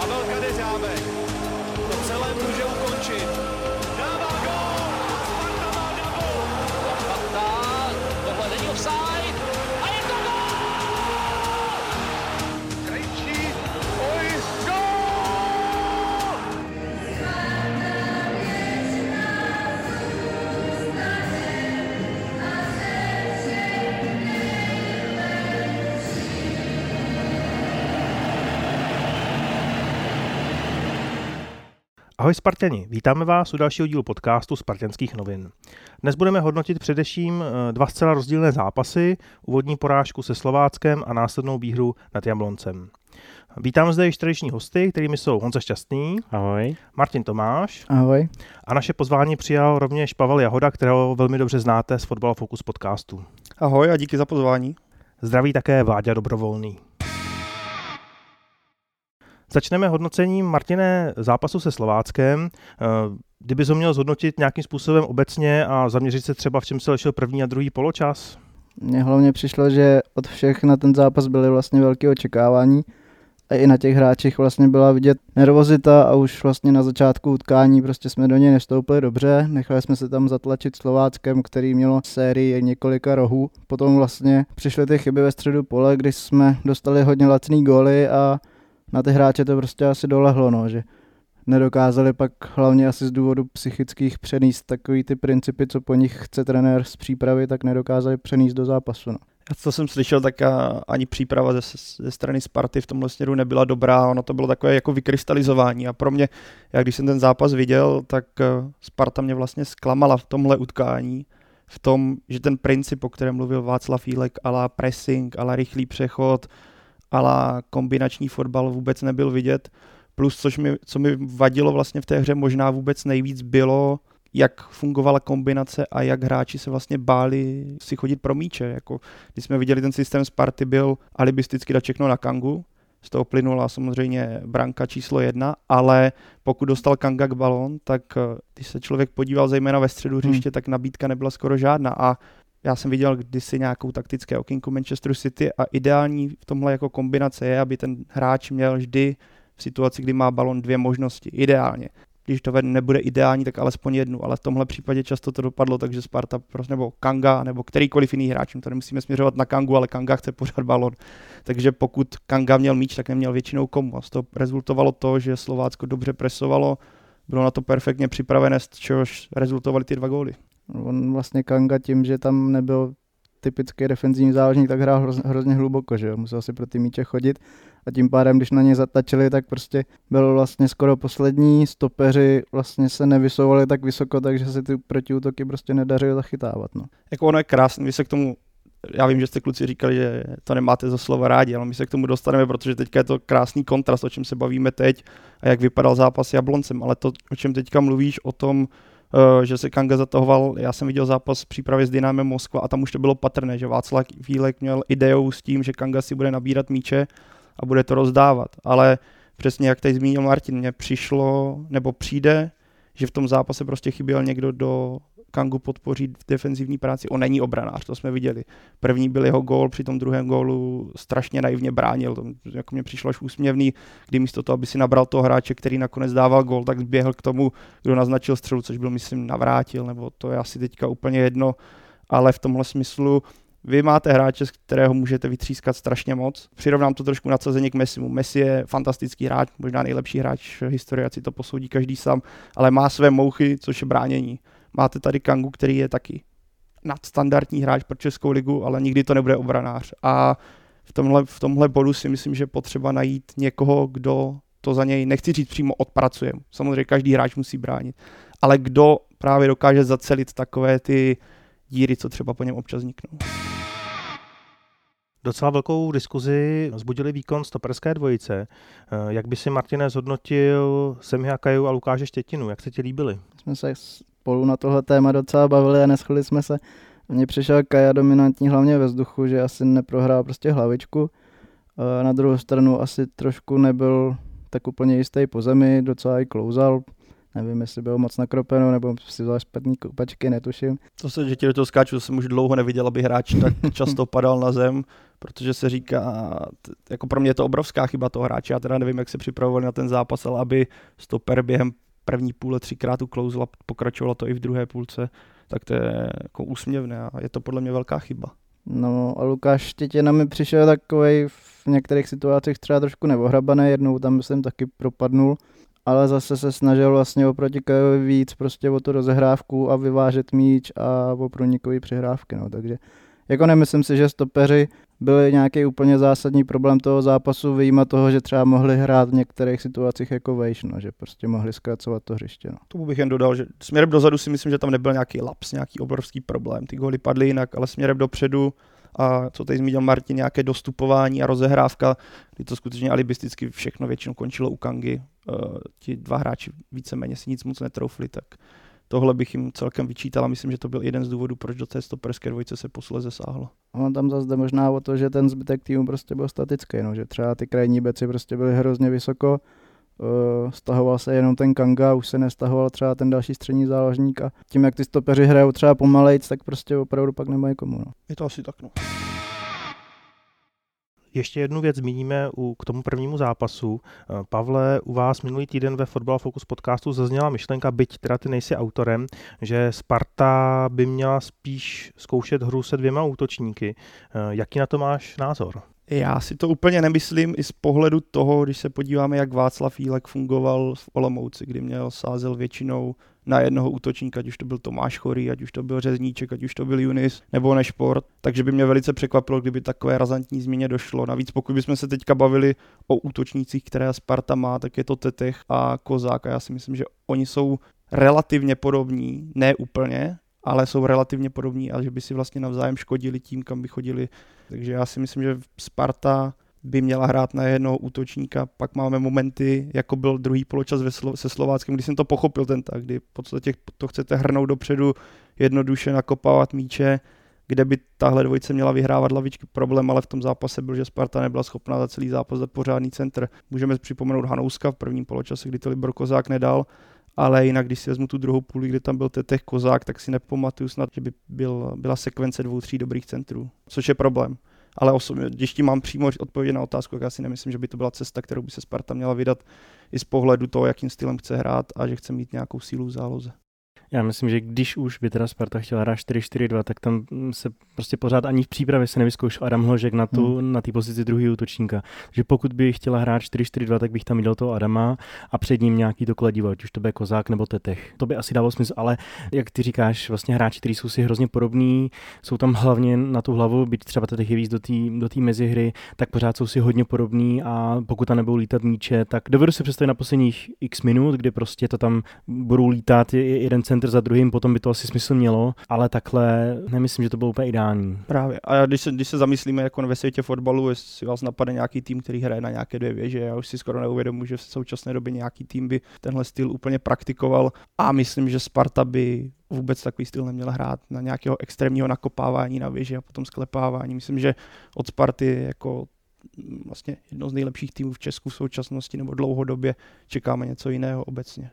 Pavel Kadeřábek to celé může ukončit. Dává gól! Sparta má double! Sparta, tohle není offside a je to gól! Krejčí, oj, gól! Ahoj Spartani, vítáme vás u dalšího dílu podcastu Spartanských novin. Dnes budeme hodnotit především dva zcela rozdílné zápasy, úvodní porážku se Slováckem a následnou výhru nad Jabloncem. Vítám zde již tradiční hosty, kterými jsou Honza Šťastný. Ahoj. Martin Tomáš. Ahoj. A naše pozvání přijal rovněž Pavel Jahoda, kterého velmi dobře znáte z Fotbal Focus podcastu. Ahoj a díky za pozvání. Zdraví také Vláďa Dobrovolný. Začneme hodnocením, Martine, zápasu se Slováckem. Kdyby ho měl zhodnotit nějakým způsobem obecně a zaměřit se třeba, v čem se lišil první a druhý poločas? Mně hlavně přišlo, že od všech na ten zápas byly vlastně velké očekávání a i na těch hráčích vlastně byla vidět nervozita a už vlastně na začátku utkání prostě jsme do něj nevstoupili dobře, nechali jsme se tam zatlačit Slováckem, který mělo sérii několika rohů. Potom vlastně přišly ty chyby ve středu pole, kdy jsme dostali hodně lacný góly a na ty hráče to prostě asi dolehlo, no, že nedokázali pak hlavně asi z důvodu psychických přenést takový ty principy, co po nich chce trenér z přípravy, tak nedokázali přenést do zápasu. No. Co jsem slyšel, tak ani příprava ze strany Sparty v tomhle směru nebyla dobrá, ono to bylo takové jako vykrystalizování a pro mě, já když jsem ten zápas viděl, tak Sparta mě vlastně zklamala v tomhle utkání, v tom, že ten princip, o kterém mluvil Václav Jílek, ala pressing, ala rychlý přechod, ala kombinační fotbal vůbec nebyl vidět. Plus, co mi vadilo vlastně v té hře možná vůbec nejvíc bylo, jak fungovala kombinace a jak hráči se vlastně báli si chodit pro míče. Jako, když jsme viděli ten systém Sparty, byl alibisticky dát všechno na Kangu, z toho plynula samozřejmě branka číslo 1, ale pokud dostal Kanga k balón, tak když se člověk podíval zejména ve středu hřiště, tak nabídka nebyla skoro žádná a já jsem viděl kdysi nějakou taktické okýnku Manchesteru City a ideální v tomhle jako kombinace je, aby ten hráč měl vždy v situaci, kdy má balon 2 možnosti. Ideálně. Když to nebude ideální, tak alespoň jednu, ale v tomhle případě často to dopadlo, takže Sparta nebo Kanga nebo kterýkoliv jiný hráč, tady musíme směřovat na Kangu, ale Kanga chce pořád balon. Takže pokud Kanga měl míč, tak neměl většinou komu. A z toho rezultovalo to, že Slovácko dobře presovalo, bylo na to perfektně připravené, z čehož rezultovaly ty 2 góly. On vlastně Kanga tím, že tam nebyl typický defenzivní záložník, tak hrál hrozně hluboko, že jo? Musel si pro ty míče chodit a tím pádem, když na něj zatačili, tak prostě byl vlastně skoro poslední, stopeři vlastně se nevysouvali tak vysoko, takže se ty protiútoky prostě nedařilo zachytávat. No. Jako ono je krásný, vy se k tomu, já vím, že jste kluci říkali, že to nemáte za slova rádi, ale my se k tomu dostaneme, protože teďka je to krásný kontrast, o čem se bavíme teď a jak vypadal zápas s Jabloncem, ale to, o čem teďka mluvíš, o tom, že se Kanga zatahoval, já jsem viděl zápas v přípravě s Dynamem Moskva a tam už to bylo patrné, že Václav Vílek měl ideu s tím, že Kanga si bude nabírat míče a bude to rozdávat, ale přesně jak tady zmínil Martin, mně přišlo, nebo přijde, že v tom zápase prostě chyběl někdo do Kangu podpořit v defenzivní práci. On není obranář, to jsme viděli. První byl jeho gól, při tom druhém gólu strašně naivně bránil. To jako mně přišlo až úsměvný, kdy místo toho, aby si nabral toho hráče, který nakonec dával gól, tak běhl k tomu, kdo naznačil střelu, což byl, myslím, Navrátil, nebo to je asi teďka úplně jedno, ale v tomhle smyslu vy máte hráče, z kterého můžete vytřískat strašně moc. Přirovnám to trošku nadsazeně k Messimu. Messi je fantastický hráč, možná nejlepší hráč v historii, ať si to posoudí každý sám, ale má své mouchy, což je bránění. Máte tady Kangu, který je taky nadstandardní hráč pro Českou ligu, ale nikdy to nebude obranář. A v tomhle bodu si myslím, že potřeba najít někoho, kdo to za něj, nechci říct přímo odpracuje. Samozřejmě každý hráč musí bránit, ale kdo právě dokáže zacelit takové ty díry, co třeba po něm občas vzniknou. Docela velkou diskuzi vzbudili výkon stoperské dvojice. Jak by si, Martine, zhodnotil Semih Akaju a Lukáše Štětinu? Jak se ti líbili? Jsme se spolu na tohle téma docela bavili a neshodli jsme se. Mně přišel Kaja dominantní hlavně ve vzduchu, že asi neprohrál prostě hlavičku. Na druhou stranu asi trošku nebyl tak úplně jistý po zemi, docela i klouzal. Nevím, jestli bylo moc nakropeno, nebo si vzal špatný koupačky, netuším. To se, že ti do toho skáču, to jsem už dlouho neviděl, aby hráč tak často padal na zem, protože se říká, jako pro mě je to obrovská chyba toho hráče, já teda nevím, jak se připravovali na ten zápas, ale aby stoper během první půle 3krát uklouzl a pokračovalo to i v druhé půlce, tak to je jako úsměvné a je to podle mě velká chyba. No a Lukáš Štětina mi přišel takovej v některých situacích třeba trošku neohrabaný, jednou tam jsem taky propadnul, ale zase se snažil vlastně oproti Kajovi víc prostě o tu rozehrávku a vyvážet míč a o průnikový přihrávky, no, takže jako nemyslím si, že stopeři byli nějaký úplně zásadní problém toho zápasu, vyjma toho, že třeba mohli hrát v některých situacích jako vejš, no, že prostě mohli zkracovat to hřiště. No. Tomu bych jen dodal, že směrem dozadu si myslím, že tam nebyl nějaký laps, nějaký obrovský problém. Ty góly padly jinak, ale směrem dopředu a co tady zmínil Martin, nějaké dostupování a rozehrávka, kdy to skutečně alibisticky všechno většinou končilo u Kangy. Ti dva hráči víceméně si nic moc netroufli, tak tohle bych jim celkem vyčítal a myslím, že to byl jeden z důvodů, proč do té stoperské dvojice se posléze sáhlo. A tam zase možná o to, že ten zbytek týmu prostě byl statický, no, že třeba ty krajní beci prostě byly hrozně vysoko, stahoval se jenom ten Kanga, už se nestahoval třeba ten další střední záložník a tím, jak ty stopeři hrajou třeba pomalejc, tak prostě opravdu pak nemají komu. No. Je to asi tak, no. Ještě jednu věc zmíníme k tomu prvnímu zápasu. Pavle, u vás minulý týden ve Fotbal Focus podcastu zazněla myšlenka, byť teda ty nejsi autorem, že Sparta by měla spíš zkoušet hru se 2 útočníky. Jaký na to máš názor? Já si to úplně nemyslím i z pohledu toho, když se podíváme, jak Václav Jílek fungoval v Olomouci, kdy sázel většinou na jednoho útočníka, ať už to byl Tomáš Chorý, ať už to byl Řezníček, ať už to byl Junis nebo Nešport, takže by mě velice překvapilo, kdyby takové razantní změně došlo. Navíc pokud bychom se teďka bavili o útočnících, které Sparta má, tak je to Tetech a Kozák a já si myslím, že oni jsou relativně podobní, ne úplně, ale jsou relativně podobní a že by si vlastně navzájem škodili tím, kam by chodili. Takže já si myslím, že Sparta by měla hrát na jednoho útočníka. Pak máme momenty, jako byl druhý poločas se Slováckem, kdy jsem to pochopil ten tak, kdy v podstatě to chcete hrnout dopředu, jednoduše nakopávat míče, kde by tahle dvojice měla vyhrávat lavičky. Problém ale v tom zápase byl, že Sparta nebyla schopná za celý zápas dát pořádný centr. Můžeme připomenout Hanouska v prvním poločase, kdy to Libor Kozák nedal, ale jinak, když si vezmu tu druhou půli, kde tam byl Tetech Kozák, tak si nepamatuju snad, že by byla sekvence 2-3 dobrých centrů, což je problém. Ale osobně, když ti mám přímo odpovědět na otázku, tak já si nemyslím, že by to byla cesta, kterou by se Sparta měla vydat i z pohledu toho, jakým stylem chce hrát a že chce mít nějakou sílu v záloze. Já myslím, že když už by teda Sparta chtěla hrát 4-4-2, tak tam se prostě pořád ani v přípravě se nevyzkoušel Adam Hložek na té pozici druhého útočníka. Takže pokud by chtěla hrát 4-4-2, tak bych tam dal toho Adama a před ním nějaký to kladivo, ať už to bude Kozák nebo Tetech. To by asi dávalo smysl, ale jak ty říkáš, vlastně hráči, kteří jsou si hrozně podobní, jsou tam hlavně na tu hlavu, byť třeba Tetech je víc do té mezihry, tak pořád jsou si hodně podobní a pokud tam nebudou lítat míče, tak dovedu si představit na posledních x minut, kdy prostě to tam budou lítat jeden centr za druhým, potom by to asi smysl mělo, ale takhle nemyslím, že to bylo úplně ideální. Právě. A když se zamyslíme jako ve světě fotbalu, jestli vás napadne nějaký tým, který hraje na nějaké 2 věže, já už si skoro neuvědomuji, že v současné době nějaký tým by tenhle styl úplně praktikoval a myslím, že Sparta by vůbec takový styl neměla hrát na nějakého extrémního nakopávání na věži a potom sklepávání. Myslím, že od Sparty jako vlastně jedno z nejlepších týmů v Česku v současnosti nebo dlouhodobě čekáme něco jiného obecně.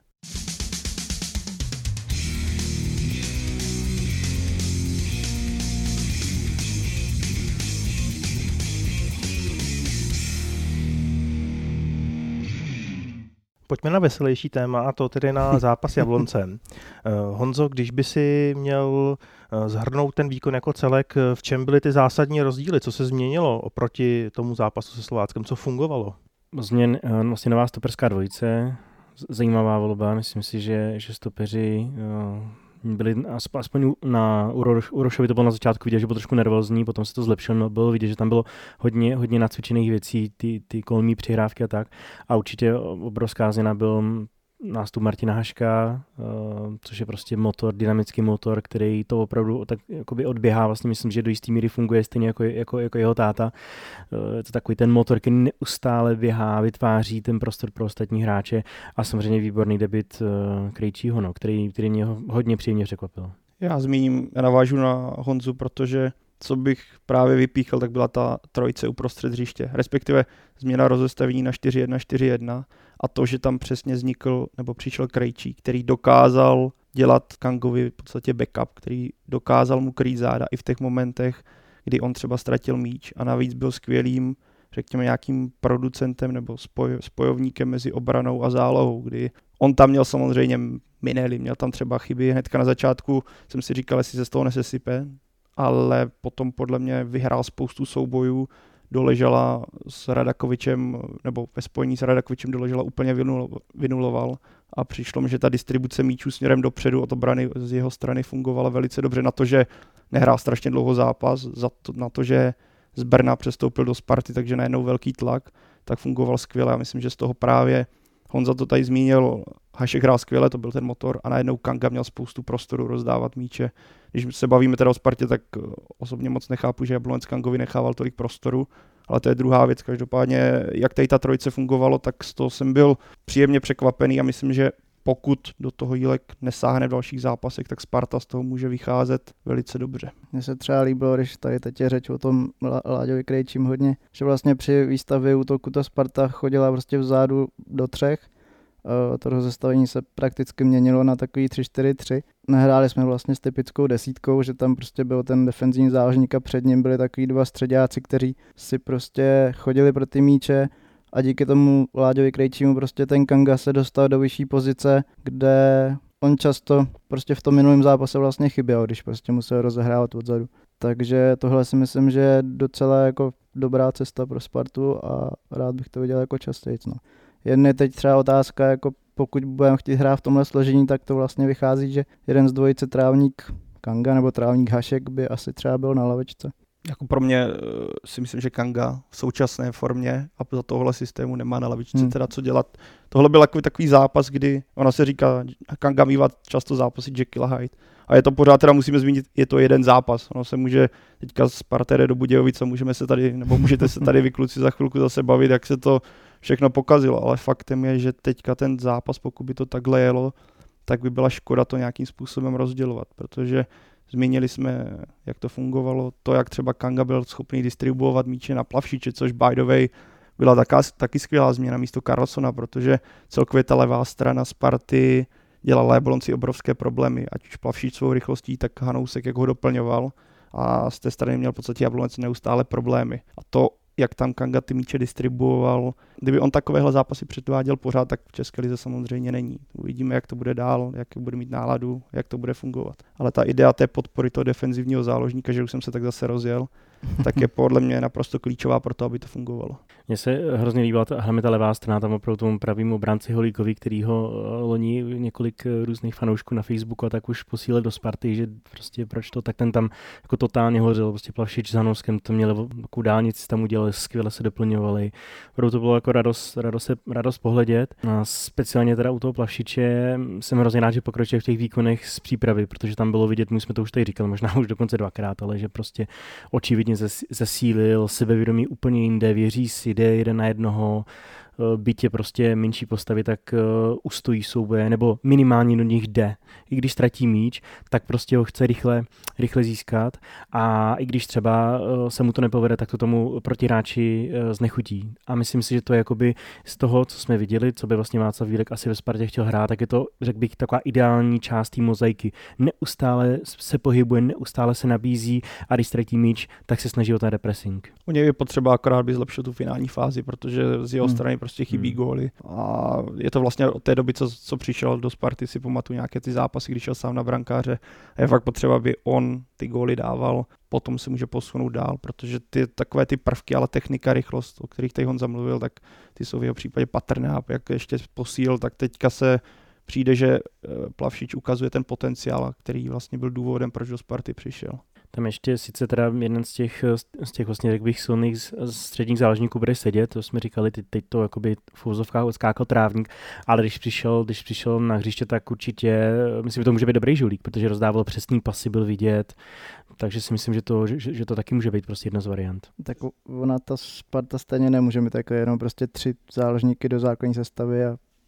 Pojďme na veselější téma, a to tedy na zápas Jabloncem. Honzo, když by si měl shrnout ten výkon jako celek, v čem byly ty zásadní rozdíly, co se změnilo oproti tomu zápasu se Slováckem, co fungovalo? Změn vlastně nová stoperská dvojice, zajímavá volba, myslím si, že stopeři byli aspoň na Urošovi to bylo na začátku vidět, že byl trošku nervózní, potom se to zlepšilo, bylo vidět, že tam bylo hodně nacvičených věcí, ty kolmí přihrávky a tak. A určitě obrovská změna byl nástup Martina Haška, což je prostě motor, dynamický motor, který to opravdu tak jakoby odběhá, vlastně myslím, že do jistý míry funguje stejně jako jeho táta. Je to takový ten motor, který neustále běhá, vytváří ten prostor pro ostatní hráče a samozřejmě výborný debut Krejčího, který mě hodně příjemně překvapil. Já navážu na Honzu, protože co bych právě vypíchl, tak byla ta trojice uprostřed hřiště, respektive změna rozestavení na 4-1-4-1 a to, že tam přesně přišel Krejčí, který dokázal dělat Kangovi v podstatě backup, který dokázal mu krýt záda i v těch momentech, kdy on třeba ztratil míč a navíc byl skvělým, řekněme, nějakým producentem nebo spojovníkem mezi obranou a zálohou, kdy on tam měl samozřejmě minely, měl tam třeba chyby, hnedka na začátku jsem si říkal, jestli se z toho nesesype, ale potom podle mě vyhrál spoustu soubojů, doležela s Radakovičem, nebo ve spojení s Radakovičem doležela úplně vynuloval a přišlo mi, že ta distribuce míčů směrem dopředu od obrany z jeho strany fungovala velice dobře na to, že nehrál strašně dlouho zápas, na to, že z Brna přestoupil do Sparty, takže najednou velký tlak, tak fungoval skvěle. Já myslím, že z toho právě Honza to tady zmínil, Hašek hrál skvěle, to byl ten motor a najednou Kanga měl spoustu prostoru rozdávat míče. Když se bavíme teda o Spartě, tak osobně moc nechápu, že Jablonec Kangovi nechával tolik prostoru, ale to je druhá věc. Každopádně, jak tady ta trojice fungovalo, tak z toho jsem byl příjemně překvapený a myslím, že pokud do toho Jílek nesáhne v dalších zápasech, tak Sparta z toho může vycházet velice dobře. Mně se třeba líbilo, když tady teď je řeč o tom Láďovi Krejčím hodně, že vlastně při výstavě útoku ta Sparta chodila prostě vzadu do 3. To rozestavení se prakticky měnilo na takový 3-4-3. Nehráli jsme vlastně s typickou desítkou, že tam prostě byl ten defenzivní záložník a před ním byli takový 2 středáci, kteří si prostě chodili pro ty míče a díky tomu Láďovi Krejčímu prostě ten Kanga se dostal do vyšší pozice, kde on často prostě v tom minulém zápase vlastně chyběl, když prostě musel rozehrávat odzadu. Takže tohle si myslím, že je docela jako dobrá cesta pro Spartu a rád bych to viděl jako častěji. No. Jen je teď třeba otázka, jako pokud budeme chtít hrát v tomhle složení, tak to vlastně vychází, že jeden z dvojice trávník Kanga nebo trávník Hašek by asi třeba byl na lavičce. Jako pro mě si myslím, že Kanga v současné formě a za tohle systému nemá na lavičce teda co dělat. Tohle byl takový zápas, kdy ona se říká, Kanga mívá často zápasy Jekyll a Hyde. A je to pořád, teda musíme zmínit, je to jeden zápas. Ono se může teďka z Sparty do Budějovic a můžete se tady vy kluci za chvilku zase bavit, jak se to všechno pokazilo. Ale faktem je, že teďka ten zápas, pokud by to takhle jelo, tak by byla škoda to nějakým způsobem rozdělovat, protože zmínili jsme, jak to fungovalo, to, jak třeba Kanga byl schopný distribuovat míče na Plavšiče, což by the way byla taky skvělá změna místo Carlsona, protože celkově ta levá strana Sparty dělala Jablonci obrovské problémy, ať už Plavšič svou rychlostí, tak Hanousek, jak ho doplňoval a z té strany měl v podstatě Jablonec neustále problémy. A to, jak tam Kanga ty míče distribuoval, kdyby on takovéhle zápasy předváděl pořád, tak v České lize samozřejmě není. Uvidíme, jak to bude dál, jak bude mít náladu, jak to bude fungovat. Ale ta idea té podpory toho defenzivního záložníka, že už jsem se tak zase rozjel, tak je podle mě naprosto klíčová pro to, aby to fungovalo. Mně se hrozně líbila hlavně ta levá strana tam opravdu tomu pravýmu obránci Holíkovi, kterýho loni několik různých fanoušků na Facebooku a tak už posílil do Sparty, že prostě proč to, tak ten tam jako totálně hořel, prostě Plavšič s Hanouskem to měli takovou dálnici tam udělali, skvěle se doplňovali. Opravdu to bylo jako radost pohledět. A speciálně teda u toho Plavšiče jsem hrozně rád, že pokročil v těch výkonech z přípravy, protože tam bylo vidět, my jsme to už tady říkali, možná už dokonce 2krát, ale že prostě očividně zesílil, sebevědomí úplně jinde, věří si, jde jeden na jednoho, byť je prostě menší postavy, tak ustojí souboje, nebo minimálně do nich jde. I když ztratí míč, tak prostě ho chce rychle získat a i když třeba se mu to nepovede, tak to tomu protihráči znechutí. A myslím si, že to je jakoby z toho, co jsme viděli, co by vlastně Václav Vílek asi ve Spartě chtěl hrát, tak je to, řekl bych, taková ideální část té mozaiky. Neustále se pohybuje, neustále se nabízí a když ztratí míč, tak se snaží o ten repressing. U něj je potřeba akorát by zlepšil tu finální fázi, protože z jeho strany prostě chybí góly. A je to vlastně od té doby, co přišel do Sparty, si pamatuju nějaké ty zápasy, když šel sám na brankáře. A je fakt potřeba, aby on ty góly dával, potom se může posunout dál, protože takové ty prvky, ale technika, rychlost, o kterých tady Honza mluvil, tak ty jsou v jeho případě patrné. A jak ještě posíl, tak teďka se přijde, že Plavšič ukazuje ten potenciál, který vlastně byl důvodem, proč do Sparty přišel. Tam ještě sice teda jeden z těch vlastně, řekl bych, silných středních záložníků bude sedět, to jsme říkali, teď to jakoby v úvozovkách odskákal trávník, ale když přišel na hřiště, tak určitě, myslím, že to může být dobrý žulík, protože rozdával přesný pasy, byl vidět, takže si myslím, že to taky může být prostě jedna z variant. Tak ona ta Sparta stejně nemůže mít takové jenom prostě 3 záložníky do základní sestavy a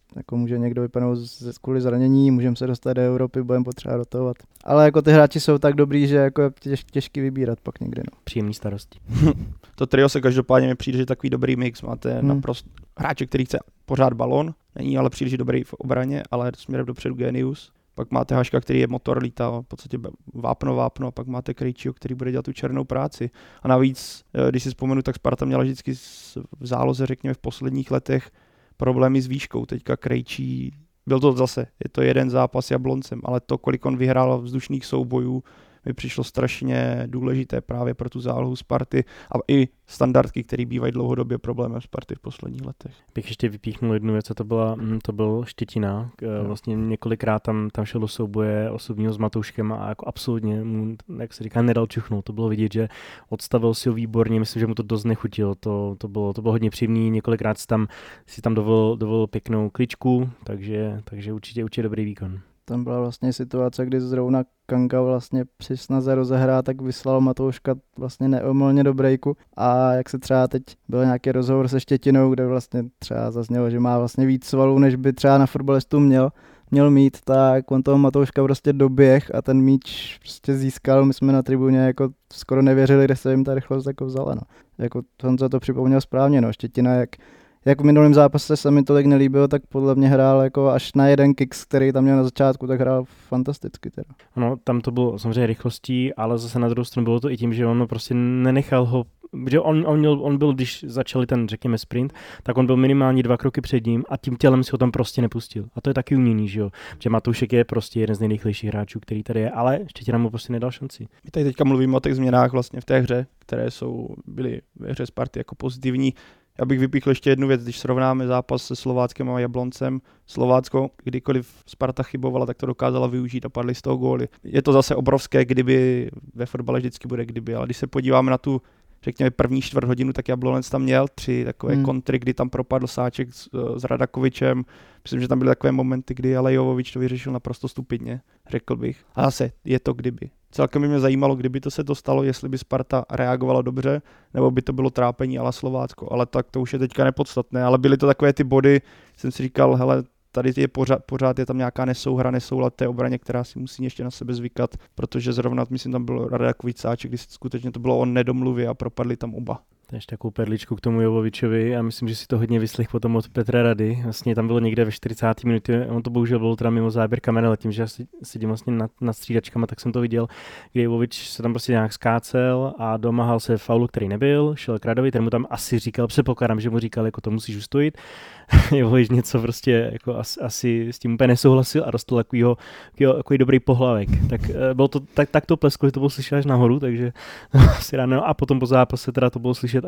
jako může někdo vypadnout kvůli zranění, můžeme se dostat do Evropy, budeme potřeba rotovat. Ale jako ty hráči jsou tak dobrý, že jako je těžký vybírat pak někdy. No. Příjemný starosti. To trio se každopádně mi přijde, že takový dobrý mix. Máte naprosto hráče, který chce pořád balón, není ale příliš dobrý v obraně, ale směrem dopředu genius. Pak máte Haška, který je motor, lítá v podstatě vápno, a pak máte Krejčího, který bude dělat tu černou práci. A navíc, když si vzpomenu, tak Sparta měla vždycky v záloze, řekněme, v posledních letech problémy s výškou. Teďka Krejčí, byl to zase, je to jeden zápas Jabloncem, ale to, kolik on vyhrál vzdušných soubojů, mi přišlo strašně důležité právě pro tu zálohu Sparty a i standardky, které bývají dlouhodobě problémem Sparty v posledních letech. Bych ještě vypíchnul jednu věc, a to byl Štětina. Vlastně několikrát tam šel do souboje osobního s Matouškem a jako absolutně mu, jak se říká, nedal čuchnout. To bylo vidět, že odstavil si ho výborně, myslím, že mu to dost nechutilo. To bylo hodně příjemný, několikrát si tam dovolil pěknou kličku, takže určitě dobrý výkon. Tam byla vlastně situace, kdy zrovna Kanga vlastně při snaze rozehrát, tak vyslal Matouška vlastně neomylně do breaku a jak se třeba teď byl nějaký rozhovor se Štětinou, kde vlastně třeba zaznělo, že má vlastně víc svalů, než by třeba na fotbalistu měl mít, tak on toho Matouška prostě doběh a ten míč prostě získal. My jsme na tribuně jako skoro nevěřili, kde se jim ta rychlost jako vzala. No. Jako Honza to připomněl správně, no. Štětina jak v minulém zápase se mi tolik nelíbilo, tak podle mě hrál jako až na jeden kicks, který tam měl na začátku, tak hrál fantasticky teda. No, tam to bylo samozřejmě rychlostí, ale zase na druhou stranu bylo to i tím, že on prostě nenechal ho, že on byl, když začali ten, řekněme, sprint, tak on byl minimálně 2 kroky před ním a tím tělem si ho tam prostě nepustil. A to je taky umění, že jo. Že Matoušek je prostě jeden z nejrychlejších hráčů, který tady je, ale Štětina mu prostě nedal šanci. My tady teďka mluvíme o těch změnách vlastně v té hře, které byly ve hře Sparty jako pozitivní. Já bych vypíchl ještě jednu věc, když srovnáme zápas se Slováckem a Jabloncem. Slovácko, kdykoliv Sparta chybovala, tak to dokázala využít a padly z toho góly. Je to zase obrovské, kdyby, ve fotbale vždycky bude kdyby, ale když se podíváme na tu, řekněme, první čtvrt hodinu, tak Jablonec tam měl 3 takové kontry, kdy tam propadl Sáček s Radakovičem. Myslím, že tam byly takové momenty, kdy ale Jovovič to vyřešil naprosto stupidně, řekl bych. A zase je to kdyby. Celkem by mě zajímalo, kdyby to se to stalo, jestli by Sparta reagovala dobře, nebo by to bylo trápení ala Slovácko. Ale tak to už je teďka nepodstatné. Ale byly to takové ty body, jsem si říkal, hele, tady je pořád je tam nějaká nesouhra, nesoulad té obraně, která si musí ještě na sebe zvykat, protože zrovna, myslím, tam byl Radakovič Sáček, kdy skutečně to bylo o nedomluvě a propadli tam oba. To je ještě takovou perličku k tomu Jovovičovi a myslím, že si to hodně vyslech potom od Petra Rady. Vlastně tam bylo někde ve 40. minutě, on to bohužel bylo teda mimo záběr kamery, ale tím, že já sedím vlastně nad střídačkama, tak jsem to viděl, kdy Jovovič se tam prostě nějak skácel a domáhal se faulu, který nebyl, šel k Radovi, ten mu tam asi říkal, předpokládám, že mu říkal, jako to musíš ustojit. Jovovič něco prostě jako asi s tím úplně nesouhlasil a dostal takový dobrý pohlavek. Tak bylo to tak to plesklo, že to bylo slyšet až nahoru, takže asi ráno. A potom po zápase teda to bylo slyšet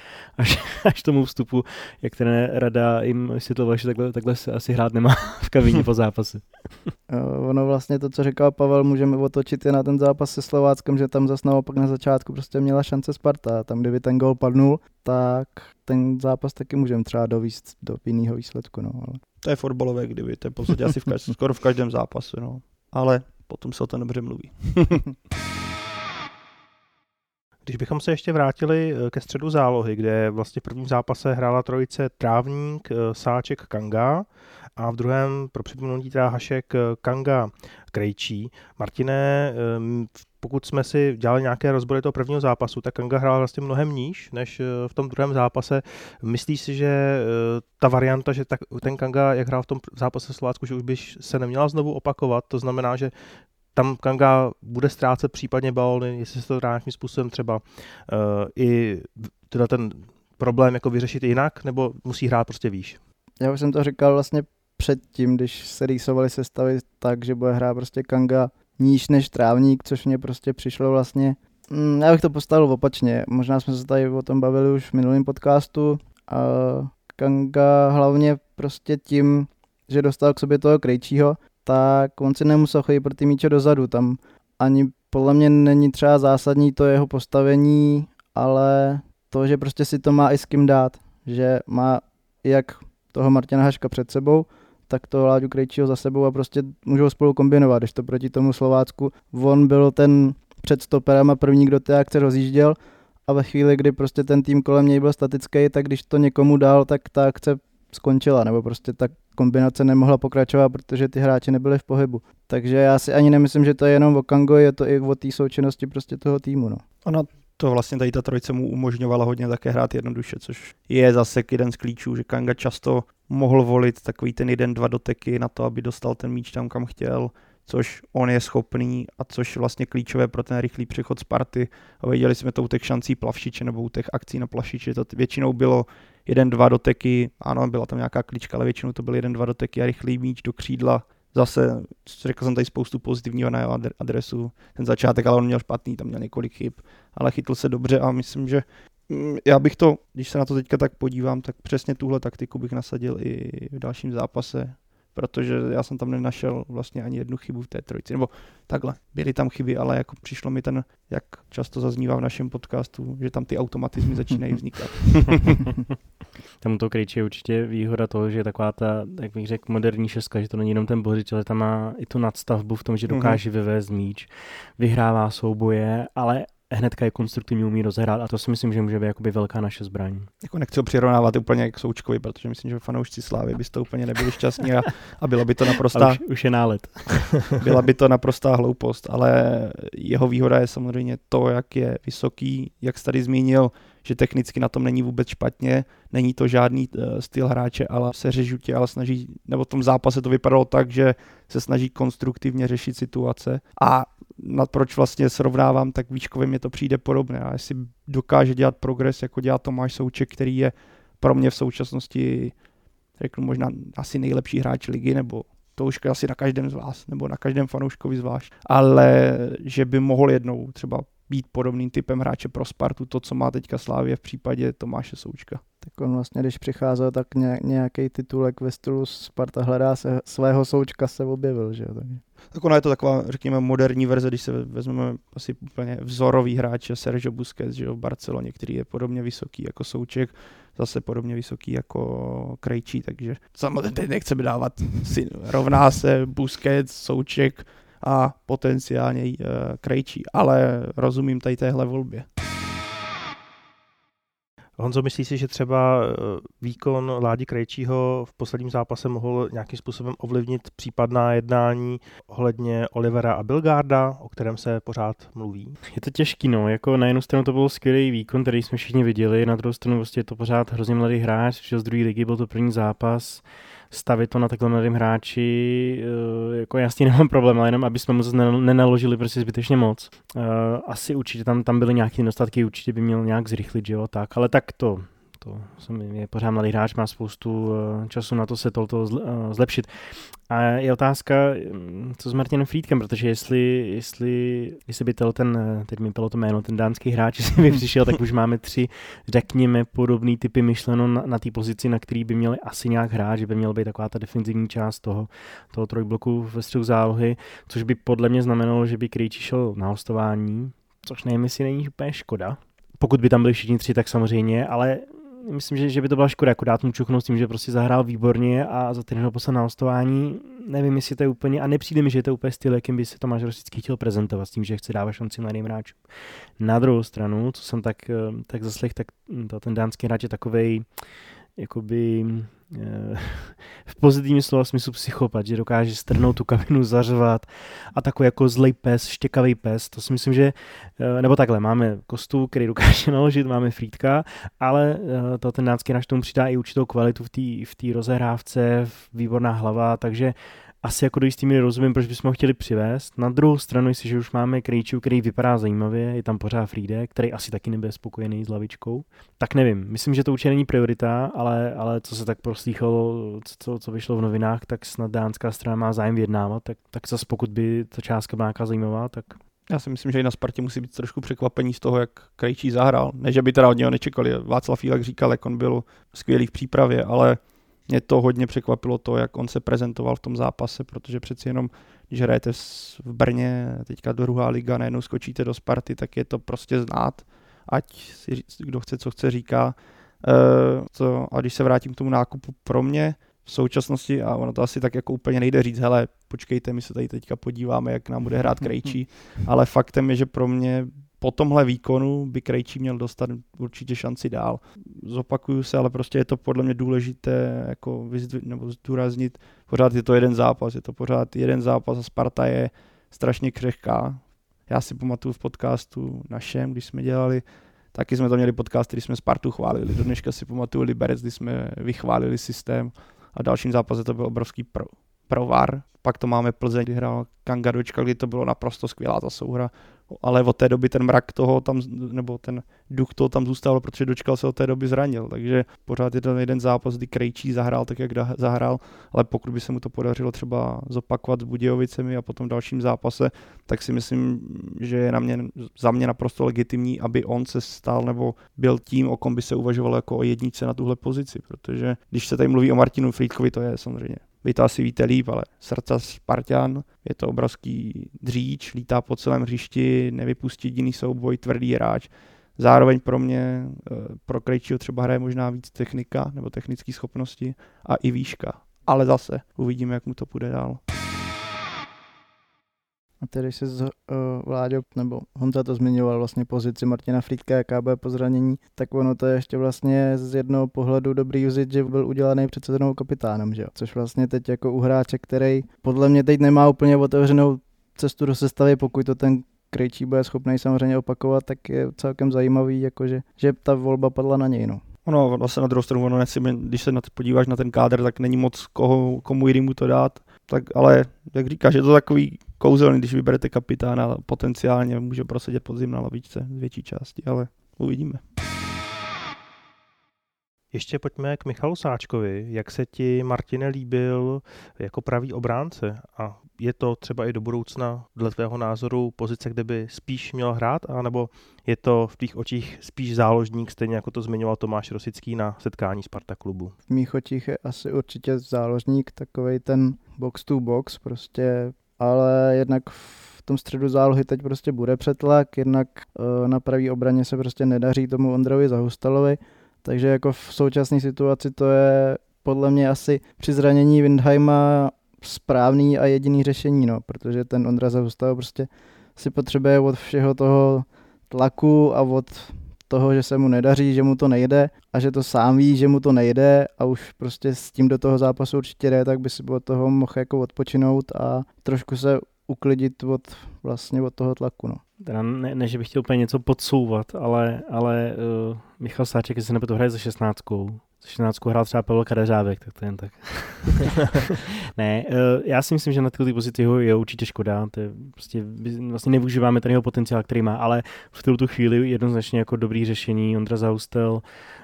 až tomu vstupu, jak ten Rada jim vysvětloval, že takhle se asi hrát nemá v kabině po zápase. Ono vlastně to, co říkal Pavel, můžeme otočit i na ten zápas se Slováckem, že tam zas naopak na začátku prostě měla šance Sparta. Tam, kdyby ten gól padnul, tak ten zápas taky můžeme třeba dovíst do jiného výsledku. No. To je fotbalové kdyby, to je v podstatě asi skoro v každém zápasu, no. Ale potom se o tom dobře mluví. Když bychom se ještě vrátili ke středu zálohy, kde vlastně v prvním zápase hrála trojice Trávník, Sáček, Kanga a v druhém pro předminulý teda Hašek, Kanga, Krejčí. Martine, pokud jsme si dělali nějaké rozbory toho prvního zápasu, tak Kanga hrál vlastně mnohem níž než v tom druhém zápase. Myslíš si, že ta varianta, že ten Kanga, jak hrál v tom zápase Slovácku, že už by se neměla znovu opakovat, to znamená, že tam Kanga bude ztrácet případně balony, jestli se to dá nějakým způsobem třeba i teda ten problém jako vyřešit jinak, nebo musí hrát prostě výš? Já už jsem to říkal vlastně předtím, když se rýsovaly sestavy tak, že bude hrát prostě Kanga níž než Trávník, což mě prostě přišlo vlastně, já bych to postavil opačně, možná jsme se tady o tom bavili už v minulém podcastu, a Kanga hlavně prostě tím, že dostal k sobě toho Krejčího, tak on si nemusel chodit pro ty míče dozadu, tam ani podle mě není třeba zásadní to jeho postavení, ale to, že prostě si to má i s kým dát, že má jak toho Martina Haška před sebou, tak toho Láďu Krejčího za sebou a prostě můžou spolu kombinovat, když to proti tomu Slovácku, on byl ten před stoperem a první, kdo té akce rozjížděl a ve chvíli, kdy prostě ten tým kolem něj byl statický, tak když to někomu dal, tak ta akce skončila, nebo prostě tak kombinace nemohla pokračovat, protože ty hráči nebyli v pohybu. Takže já si ani nemyslím, že to je jenom o Kango, je to i o té součinnosti prostě toho týmu. No. Ona to vlastně tady ta trojice mu umožňovala hodně také hrát jednoduše, což je zase jeden z klíčů, že Kanga často mohl volit takový ten 1-2 doteky na to, aby dostal ten míč tam, kam chtěl, což on je schopný a což vlastně klíčové pro ten rychlý přechod Sparty. A viděli jsme to u těch šancí Plavšiče nebo u těch akcí na Plavšiče, to většinou bylo 1-2 doteky, ano, byla tam nějaká klíčka, ale většinou to byl 1-2 doteky a rychlý míč do křídla. Zase řekl jsem tady spoustu pozitivního na jeho adresu, ten začátek, ale on měl špatný, tam měl několik chyb, ale chytl se dobře a myslím, že já bych to, když se na to teďka tak podívám, tak přesně tuhle taktiku bych nasadil i v dalším zápase, protože já jsem tam nenašel vlastně ani jednu chybu v té trojici, nebo takhle, byly tam chyby, ale jako přišlo mi ten, jak často zaznívá v našem podcastu, že tam ty automatizmy začínají vznikat. Tam to Krejčí je určitě výhoda toho, že je taková ta, jak bych řekl, moderní šestka, že to není jenom ten bořič, ale tam má i tu nadstavbu v tom, že dokáže vyvést míč, vyhrává souboje, ale hnedka je konstruktivně umí rozehrát a to si myslím, že může být jakoby velká naše zbraň. Jako nechci ho přirovnávat úplně k Součkovi, protože myslím, že fanoušci Slávy by to úplně nebyli šťastní a bylo by to naprostá... už je nálet. Byla by to naprostá hloupost, ale jeho výhoda je samozřejmě to, jak je vysoký, jak jsi tady zmínil, že technicky na tom není vůbec špatně, není to žádný styl hráče, ale se řežutě, ale snaží, nebo v tom zápase to vypadalo tak, že se snaží konstruktivně řešit situace a proč vlastně srovnávám, tak výškově mi to přijde podobné. A jestli dokáže dělat progres, jako dělá Tomáš Souček, který je pro mě v současnosti, řeknu možná asi nejlepší hráč ligy, nebo to už asi na každém z vás, nebo na každém fanouškovi zvlášť, ale že by mohl jednou třeba být podobným typem hráče pro Spartu, to, co má teďka Slávie v případě Tomáše Součka. Tak on vlastně, když přicházel, tak nějaký titulek ve stylu Sparta hledá se svého Součka se objevil, že jo? Tak ona je to taková, řekněme, moderní verze, když se vezmeme asi úplně vzorový hráč Sergio Busquets, že jo, v Barceloně, který je podobně vysoký jako Souček, zase podobně vysoký jako Krejčí, takže samozřejmě teď nechceme dávat rovná se Busquets, Souček a potenciálně Krejčí, ale rozumím tady téhle volbě. Honzo, myslíš si, že třeba výkon Ládi Krejčího v posledním zápase mohl nějakým způsobem ovlivnit případná jednání ohledně Olivera a Bilgarda, o kterém se pořád mluví? Je to těžký, no, jako na jednu stranu to byl skvělý výkon, který jsme všichni viděli, na druhou stranu vlastně je to pořád hrozně mladý hráč, přišel z druhé ligy, byl to první zápas, stavit to na takhle mladém hráči, jako jasně nemám problém, ale jenom aby jsme mu zase nenaložili prostě zbytečně moc. Asi určitě tam byly nějaké nedostatky, určitě by měl nějak zrychlit, že jo, tak, ale tak to je pořád mladý hráč, má spoustu času na to se to zlepšit. A je otázka, co s Martinem Frýdkem, protože jestli by teď mi bylo to jméno, ten dánský hráč, jestli by přišel, tak už máme 3, řekněme, podobný typy myšleno na té pozici, na který by měli asi nějak hrát, že by měla být taková ta defenzivní část toho trojbloku ve středu zálohy, což by podle mě znamenalo, že by Krejčí šel na hostování, což nevím, jestli není úplně škoda. Pokud by tam byli všichni 3, tak samozřejmě, ale myslím, že by to byla škoda, jako dát mu čuchnout s tím, že prostě zahrál výborně a za týden ho poslat na hostování. Nevím, jestli to je úplně, a nepřijde mi, že je to úplně styl, jakým by se Tomáš Rosický chtěl prezentovat s tím, že chce dávat šanci mladým hráčům. Na druhou stranu, co jsem tak zaslech, tak ten dánský hráč je takovej, jakoby v pozitivním slova smyslu psychopat, že dokáže strhnout tu kabinu, zařvat a takový jako zlej pes, štěkavý pes, to si myslím, že, nebo takhle, máme Kostu, který dokáže naložit, máme Frýdka, ale ten dánský hráč tomu přidá i určitou kvalitu v té rozehrávce, výborná hlava, takže asi jako do jistý míry rozumím, proč bychom ho chtěli přivést. Na druhou stranu, jestliže už máme Krejčího, který vypadá zajímavě, je tam pořád Frýdek, který asi taky nebude spokojený s lavičkou, tak nevím. Myslím, že to určitě není priorita, ale co se tak proslýchalo, co vyšlo v novinách, tak snad dánská strana má zájem vyjednávat, tak zase pokud by ta částka byla nějaká zajímavá, tak... Já si myslím, že i na Spartě musí být trošku překvapení z toho, jak Krejčí zahrál. Ne, že by teda od něho nečekali. Václav Fílek říkal, jak on byl skvělý v přípravě, ale mě to hodně překvapilo to, jak on se prezentoval v tom zápase, protože přeci jenom, když hrajete v Brně, teďka druhá liga, najednou skočíte do Sparty, tak je to prostě znát, ať si kdo chce, co chce, říká. A když se vrátím k tomu nákupu pro mě, v současnosti, a ono to asi tak jako úplně nejde říct, hele, počkejte, my se tady teďka podíváme, jak nám bude hrát Krejčí, ale faktem je, že pro mě po tomhle výkonu by Krejčí měl dostat určitě šanci dál. Zopakuju se, ale prostě je to podle mě důležité jako nebo zdůraznit. Pořád je to jeden zápas a Sparta je strašně křehká. Já si pamatuju v podcastu našem, když jsme dělali, taky jsme tam měli podcast, který jsme Spartu chválili. Do dneška si pamatuju Liberec, kdy jsme vychválili systém a v dalším zápase to byl obrovský provar. Pak to máme Plzeň, kdy hrál Kangadočka, kdy to bylo naprosto skvělá ta souhra, ale od té doby ten mrak toho tam, nebo ten duch toho tam zůstal, protože Dočkal se od té doby zranil, takže pořád je to jeden zápas, kdy Krejčí zahrál tak, jak zahrál, ale pokud by se mu to podařilo třeba zopakovat s Budějovicemi a potom v dalším zápase, tak si myslím, že je za mě naprosto legitimní, aby on se stal nebo byl tím, o kom by se uvažovalo jako o jedničce na tuhle pozici, protože když se tady mluví o Martinu Frýdkovi, to je samozřejmě. Vy to asi víte líp, ale srdce Spartan, je to obrovský dříč, lítá po celém hřišti, nevypustí jediný souboj, tvrdý hráč. Zároveň pro mě, pro Krejčího třeba hraje možná víc technika nebo technické schopnosti a i výška. Ale zase uvidíme, jak mu to půjde dál. A tedy se Vláďo, nebo Honza to zmiňoval vlastně pozici Martina Frýdka, jaká bude po zranění, tak ono to je ještě vlastně z jednoho pohledu dobrý uzit, že byl udělaný předsedanou kapitánem, že jo? Což vlastně teď jako u hráče, který podle mě teď nemá úplně otevřenou cestu do sestavy, pokud to ten Krejčí bude schopný samozřejmě opakovat, tak je celkem zajímavý, jakože, že ta volba padla na něj, no. Ono vlastně na druhou stranu, když se podíváš na ten kádr, tak není moc komu jinému to dát. Tak, ale jak říkáš, je to takový kouzelný, když vyberete kapitána, potenciálně může prosedět podzim na lavičce z větší části, ale uvidíme. Ještě pojďme k Michalu Sáčkovi. Jak se ti, Martine, líbil jako pravý obránce? A je to třeba i do budoucna, dle tvého názoru, pozice, kde by spíš měl hrát? A nebo je to v tvých očích spíš záložník, stejně jako to zmiňoval Tomáš Rosický na setkání Sparta klubu? V mých očích je asi určitě záložník, takovej ten box to box prostě, ale jednak v tom středu zálohy teď prostě bude přetlak, jednak na pravý obraně se prostě nedaří tomu Ondrovi Zahustalovi. Takže jako v současné situaci to je podle mě asi při zranění Windheima správný a jediný řešení, no, protože ten Ondra Zahustal prostě si potřebuje od všeho toho tlaku a od toho, že se mu nedaří, že mu to nejde a že to sám ví, že mu to nejde a už prostě s tím do toho zápasu určitě jde, tak by si od toho mohl jako odpočinout a trošku se uklidit od toho tlaku, no. Teda ne, že bych chtěl úplně něco podsouvat, ale Michal Sáček, jestli nepůjde, hraje za 16. Za 16 hrál třeba Pavel Kadeřávek, tak to jen tak. Ne, já si myslím, že na této pozici je určitě škoda, to je prostě, vlastně nevyužíváme ten jeho potenciál, který má, ale v tu chvíli jednoznačně jako dobrý řešení. Ondra Zahustel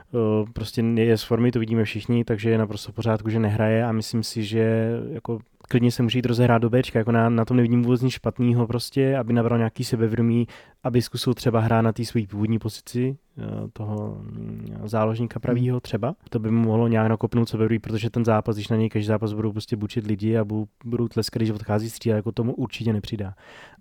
prostě je z formy, to vidíme všichni, takže je naprosto v pořádku, že nehraje a myslím si, že jako klidně se může jít rozehrát do Bčka, jako na tom nevidím vůbec nic špatného prostě, aby nabral nějaký sebevědomí, aby zkusil třeba hrát na té své původní pozici toho záložníka pravýho třeba. To by mu mohlo nějak nakopnout sebevědomí, protože ten zápas, když na něj každý zápas budou prostě bučit lidi a budou tleskat, když odchází střílet, jako tomu určitě nepřidá.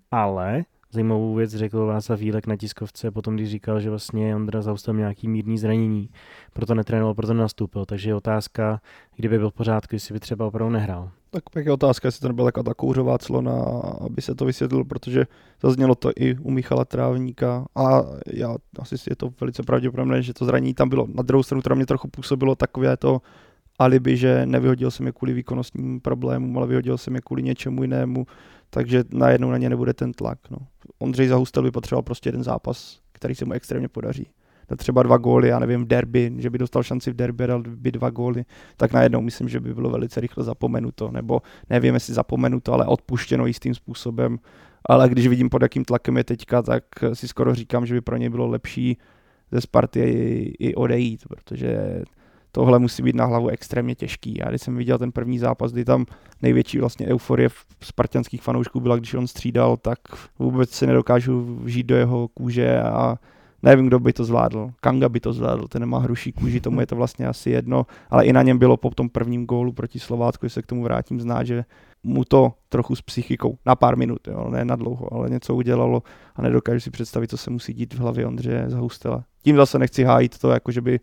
Ale zajímavou věc řekl Václav Vílek na tiskovce, potom když říkal, že vlastně Ondra Zahustal měl nějaký mírný zranění, proto netrénoval, proto nenastoupil. Takže je otázka, kdyby byl v pořádku, jestli by třeba opravdu nehrál. Tak pak je otázka, jestli to nebyla taková kouřová clona, aby se to vysvětlilo, protože zaznělo to i u Michala Trávníka a já asi je to velice pravděpodobné, že to zranění tam bylo. Na druhou stranu, která mě trochu působilo takové to alibi, že nevyhodil jsem je kvůli výkonnostním problémům, ale vyhodil jsem je kvůli něčemu jinému, takže najednou na ně nebude ten tlak. No. Ondřej Zahustal by potřeboval prostě jeden zápas, který se mu extrémně podaří. Dát třeba 2 góly, já nevím, v derby, že by dostal šanci v derby, dal by 2 góly, tak najednou myslím, že by bylo velice rychle zapomenuto, nebo nevím, jestli zapomenuto, ale odpuštěno jistým způsobem. Ale když vidím, pod jakým tlakem je teďka, tak si skoro říkám, že by pro něj bylo lepší ze Sparty i odejít, protože tohle musí být na hlavu extrémně těžký. Já když jsem viděl ten první zápas, kdy tam největší vlastně euforie v spartanských fanoušků byla, když on střídal, tak vůbec si nedokážu vžít do jeho kůže a nevím, kdo by to zvládl. Kanga by to zvládl, ten nemá hruší kůži, tomu je to vlastně asi jedno, ale i na něm bylo po tom prvním gólu proti Slovácku, když se k tomu vrátím, znát, že mu to trochu s psychikou, na pár minut, jo, ne na dlouho, ale něco udělalo a nedokážu si představit, co se musí dít v hlavě Ondřeje Zahustela. Tím zase nechci hájit to, jako že by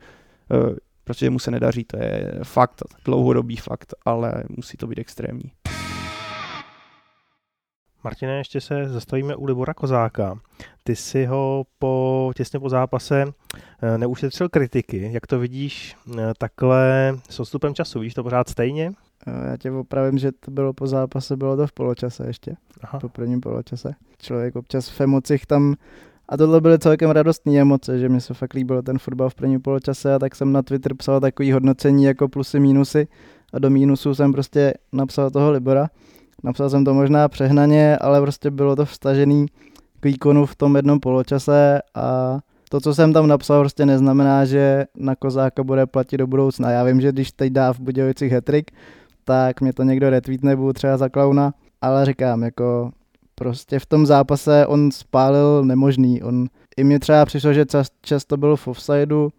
protože mu se nedaří, to je fakt, dlouhodobý fakt, ale musí to být extrémní. Martine, ještě se zastavíme u Libora Kozáka. Ty si ho těsně po zápase neušetřil kritiky. Jak to vidíš takhle s odstupem času? Vidíš to pořád stejně? Já tě opravím, že to bylo po zápase, bylo to v poločase ještě. Aha. Po prvním poločase. Člověk občas v emocích tam, a tohle byly celkem radostné emoce, že mi se fakt líbil ten fotbal v prvním poločase, a tak jsem na Twitter psal takový hodnocení jako plusy, mínusy, a do mínusů jsem prostě napsal toho Libora. Napsal jsem to možná přehnaně, ale prostě bylo to vstažený k výkonu v tom jednom poločase, a to, co jsem tam napsal, prostě neznamená, že na Kozáka bude platit do budoucna. Já vím, že když teď dá v Budějovicích hat-trick, tak mě to někdo retweetne, budu třeba za klauna, ale říkám, jako prostě v tom zápase on spálil nemožný. I mně třeba přišlo, že často byl v offsideu,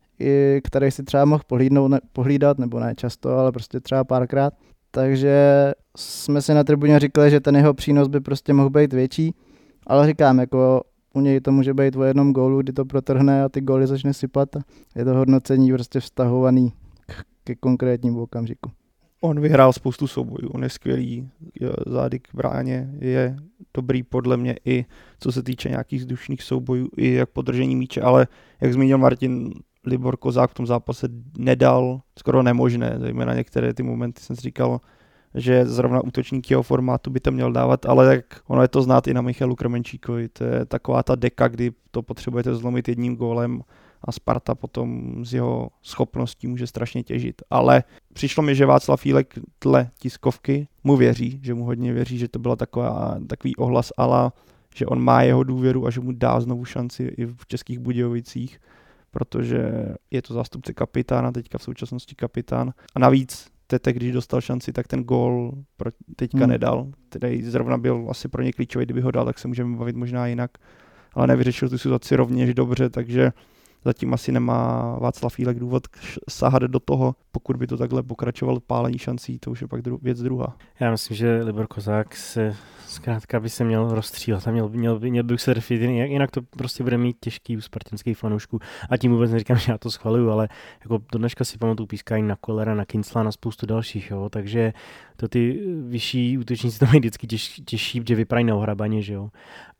který si třeba mohl pohlídat, nebo ne často, ale prostě třeba párkrát. Takže jsme si na tribuně říkali, že ten jeho přínos by prostě mohl být větší, ale říkám, jako u něj to může být o jednom gólu, kdy to protrhne a ty góly začne sypat, a je to hodnocení prostě vztahovaný ke konkrétnímu okamžiku. On vyhrál spoustu soubojů, on je skvělý, zády k bráně, je dobrý podle mě i co se týče nějakých vzdušných soubojů, i jak podržení míče, ale jak zmínil Martin, Libor Kozák v tom zápase nedal skoro nemožné, zejména některé ty momenty jsem si říkal, že zrovna útočník jeho formátu by to měl dávat, ale tak ono je to znát i na Michalu Krmenčíkovi, to je taková ta deka, kdy to potřebujete zlomit jedním gólem a Sparta potom z jeho schopností může strašně těžit. Ale přišlo mi, že Václav Jílek dle tiskovky mu věří, že mu hodně věří, že to byla takový ohlas ala, že on má jeho důvěru a že mu dá znovu šanci i v Českých Budějovicích, protože je to zástupce kapitána, teďka v současnosti kapitán. A navíc Tete, když dostal šanci, tak ten gól teďka nedal, který zrovna byl asi pro ně klíčový, kdyby ho dal, tak se můžeme bavit možná jinak, ale nevyřešil tu situaci rovněž dobře, takže zatím asi nemá Václav Jílek důvod sahat do toho, pokud by to takhle pokračoval pálení šancí, to už je pak věc druhá. Já myslím, že Libor Kozák se zkrátka by se měl rozstřílet a měl by se trefit, jinak to prostě bude mít těžký u spartanských fanoušků. A tím vůbec neříkám, že já to schvaluju, ale jako do dneška si pamatuju pískání na Kollera, na Kincla, na spoustu dalších, jo, takže to ty vyšší útočníci to mají vždycky těžší, že vypadají na ohrabaně, že jo,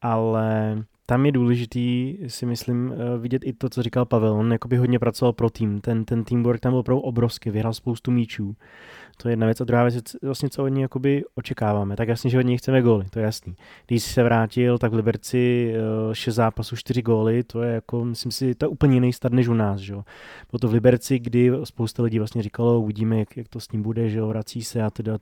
ale tam je důležitý, si myslím, vidět i to, co říkal Pavel. On jakoby hodně pracoval pro tým. Ten teamwork tam byl opravdu obrovský, vyhrál spoustu míčů. To je jedna věc. A druhá věc, vlastně, co od něj jakoby očekáváme. Tak jasně, že od něj chceme góly, to je jasný. Když se vrátil, tak v Liberci 6 zápasů, 4 góly, to je jako, myslím si, to je úplně jiný start než u nás, že jo. Bylo to v Liberci, kdy spousta lidí vlastně říkalo, uvidíme, jak to s ním bude, že jo, vrací se a teda.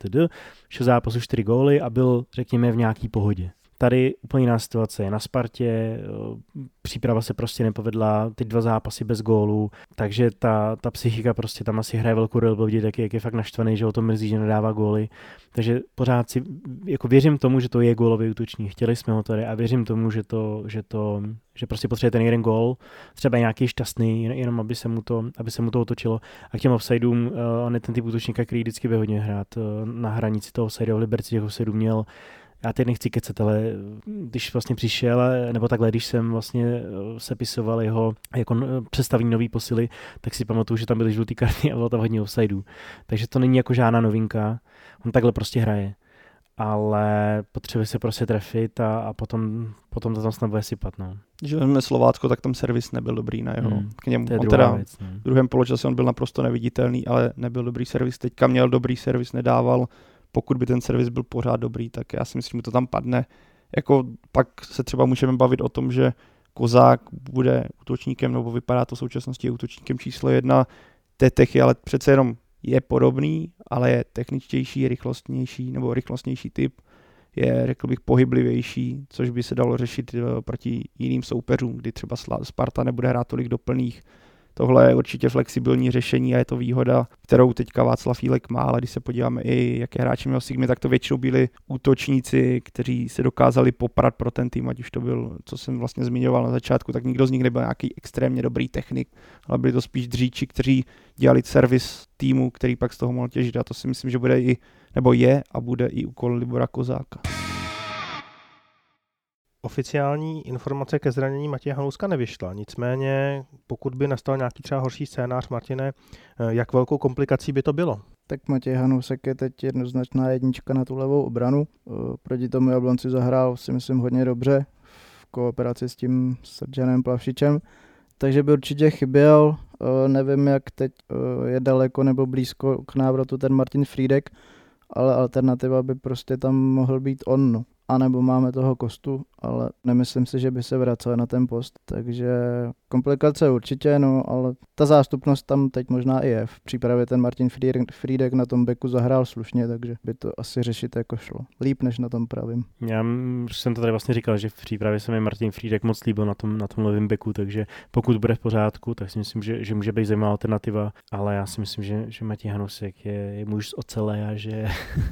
6 zápasů, 4 góly a byl, řekněme, v nějaký pohodě. Tady úplně jiná situace je na Spartě, příprava se prostě nepovedla, ty 2 zápasy bez gólů, takže ta psychika prostě tam asi hraje velkou roli, vidět, jak je fakt naštvaný, že o to mrzí, že nedává góly. Takže pořád si jako věřím tomu, že to je gólový útočník, chtěli jsme ho tady a věřím tomu, že prostě potřebuje ten jeden gól, třeba nějaký šťastný, jenom aby se mu to otočilo. A k těm offsideům, on je ten typ útočníka, který vždycky bude hodně hrát na hranici toho offsideu, v Liberci těch offsideů měl. Já teď nechci kecat, ale když vlastně přišel, nebo takhle, když jsem vlastně sepisoval jeho jako představní nový posily, tak si pamatuju, že tam byly žlutý karty a bylo tam hodně offsideů. Takže to není jako žádná novinka, on takhle prostě hraje. Ale potřebuje se prostě trefit a potom to tam snad bude sypat. No. Když vezmeme Slovácko, tak tam servis nebyl dobrý na jeho. K němu. To je on druhá teda věc. No. V druhém poločase on byl naprosto neviditelný, ale nebyl dobrý servis. Teďka měl dobrý servis, nedával. Pokud by ten servis byl pořád dobrý, tak já si myslím, že to tam padne. Jako pak se třeba můžeme bavit o tom, že Kozák bude útočníkem, nebo vypadá to v současnosti je útočníkem číslo 1. Tetech je ale přece jenom je podobný, ale je techničtější, rychlostnější typ. Je, řekl bych, pohyblivější, což by se dalo řešit proti jiným soupeřům, kdy třeba Sparta nebude hrát tolik doplných. Tohle je určitě flexibilní řešení a je to výhoda, kterou teďka Václav Jílek má, ale když se podíváme i, jaké hráči měl Sigmy, tak to většinou byli útočníci, kteří se dokázali poprat pro ten tým, ať už to byl, co jsem vlastně zmiňoval na začátku, tak nikdo z nich nebyl nějaký extrémně dobrý technik, ale byli to spíš dříči, kteří dělali servis týmu, který pak z toho mohl těžit a to si myslím, že bude bude i úkol Libora Kozáka. Oficiální informace ke zranění Matěje Hanouska nevyšla, nicméně pokud by nastal nějaký třeba horší scénář, Martine, jak velkou komplikací by to bylo? tak Matěj Hanousek je teď jednoznačná jednička na tu levou obranu. Proti tomu Jablonci zahrál si myslím hodně dobře v kooperaci s tím Srdžanem Plavšičem, takže by určitě chyběl. Nevím, jak teď je daleko nebo blízko k návratu ten Martin Frýdek, ale alternativa by prostě tam mohl být on. No. A nebo máme toho Kostu, ale nemyslím si, že by se vracel na ten post, takže komplikace určitě, no, ale ta zástupnost tam teď možná i je. V přípravě ten Martin Frýdek na tom beku zahrál slušně, takže by to asi řešit jako šlo. Líp než na tom pravým. Já jsem to tady vlastně říkal, že v přípravě se mi Martin Frýdek moc líbil na tom levém beku, takže pokud bude v pořádku, tak si myslím, že může být zajímavá alternativa, ale já si myslím, že Matěj Hanousek je muž z ocele a že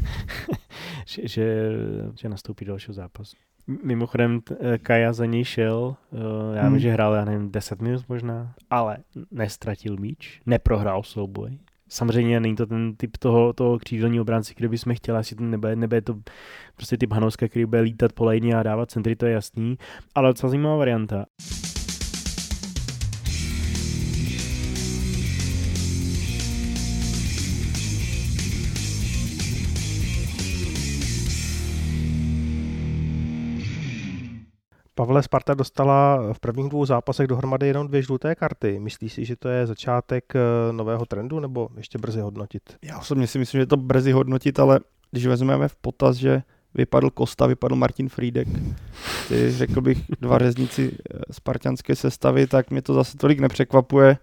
že nastoupí dalšího zápasu. Mimochodem Kaja za něj šel, já vím, že hrál, já nevím, 10 minut možná, ale nestratil míč, neprohrál souboj. Samozřejmě není to ten typ toho křídelního obránce, který bychom chtěli, asi to nebude to prostě typ Hanouska, který bude lítat po lejně a dávat centry, to je jasný, ale docela zajímavá varianta. Pavle, Sparta dostala v prvních 2 zápasech dohromady jenom 2 žluté karty. Myslíš si, že to je začátek nového trendu, nebo ještě brzy hodnotit? Já osobně si myslím, že je to brzy hodnotit, ale když vezmeme v potaz, že vypadl Kosta, vypadl Martin Frýdek, ty řekl bych 2 řezníci spartanské sestavy, tak mě to zase tolik nepřekvapuje,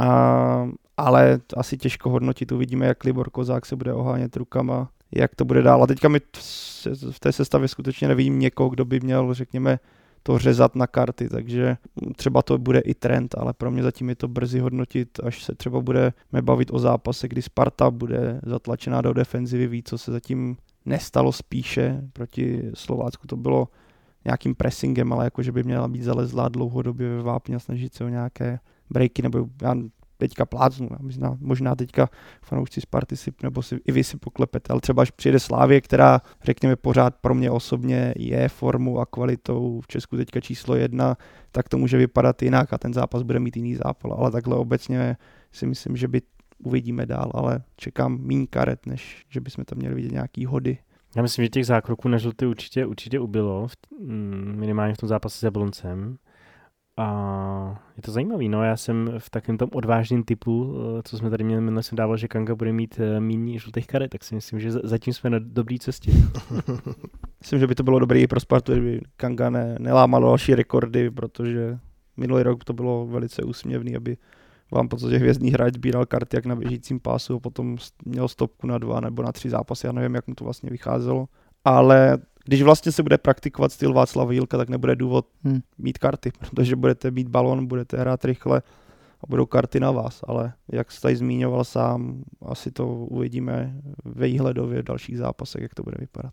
ale asi těžko hodnotit. Uvidíme, jak Libor Kozák se bude ohánět rukama, jak to bude dál. A teďka mi v té sestavě skutečně nevidím někoho, kdo by měl, řekněme, to řezat na karty, takže třeba to bude i trend, ale pro mě zatím je to brzy hodnotit, až se třeba budeme bavit o zápase, kdy Sparta bude zatlačená do defenzivy, ví, co se zatím nestalo spíše, proti Slovácku to bylo nějakým pressingem, ale jakože by měla být zalezlá dlouhodobě ve vápně a snažit se o nějaké breaky, nebo já teďka plácnu, možná teďka fanoušci Sparty si, nebo si i vy si poklepete, ale třeba až přijede Slávie, která, řekněme, pořád pro mě osobně je formou a kvalitou v Česku teďka číslo 1, tak to může vypadat jinak a ten zápas bude mít jiný zápal, ale takhle obecně si myslím, že by uvidíme dál, ale čekám míň karet, než že bychom tam měli vidět nějaký hody. Já myslím, že těch zákroků na žlutý určitě ubylo, minimálně v tom zápase s Jabloncem. A je to zajímavý, no, já jsem v takovém tom odvážném typu, co jsme tady měli, minule jsem dával, že Kanga bude mít méně žlutých karet, tak si myslím, že zatím jsme na dobré cestě. Myslím, že by to bylo dobré i pro Spartu, kdyby Kanga nelámal další rekordy, protože minulý rok to bylo velice úsměvný, aby vám v podstatě hvězdný hráč sbíral karty jak na běžícím pásu a potom měl stopku na 2 nebo na 3 zápasy, já nevím, jak mu to vlastně vycházelo, ale když vlastně se bude praktikovat styl Václava Jílka, tak nebude důvod mít karty, protože budete mít balon, budete hrát rychle a budou karty na vás, ale jak jste tady zmiňoval sám, asi to uvidíme výhledově v dalších zápasech, jak to bude vypadat.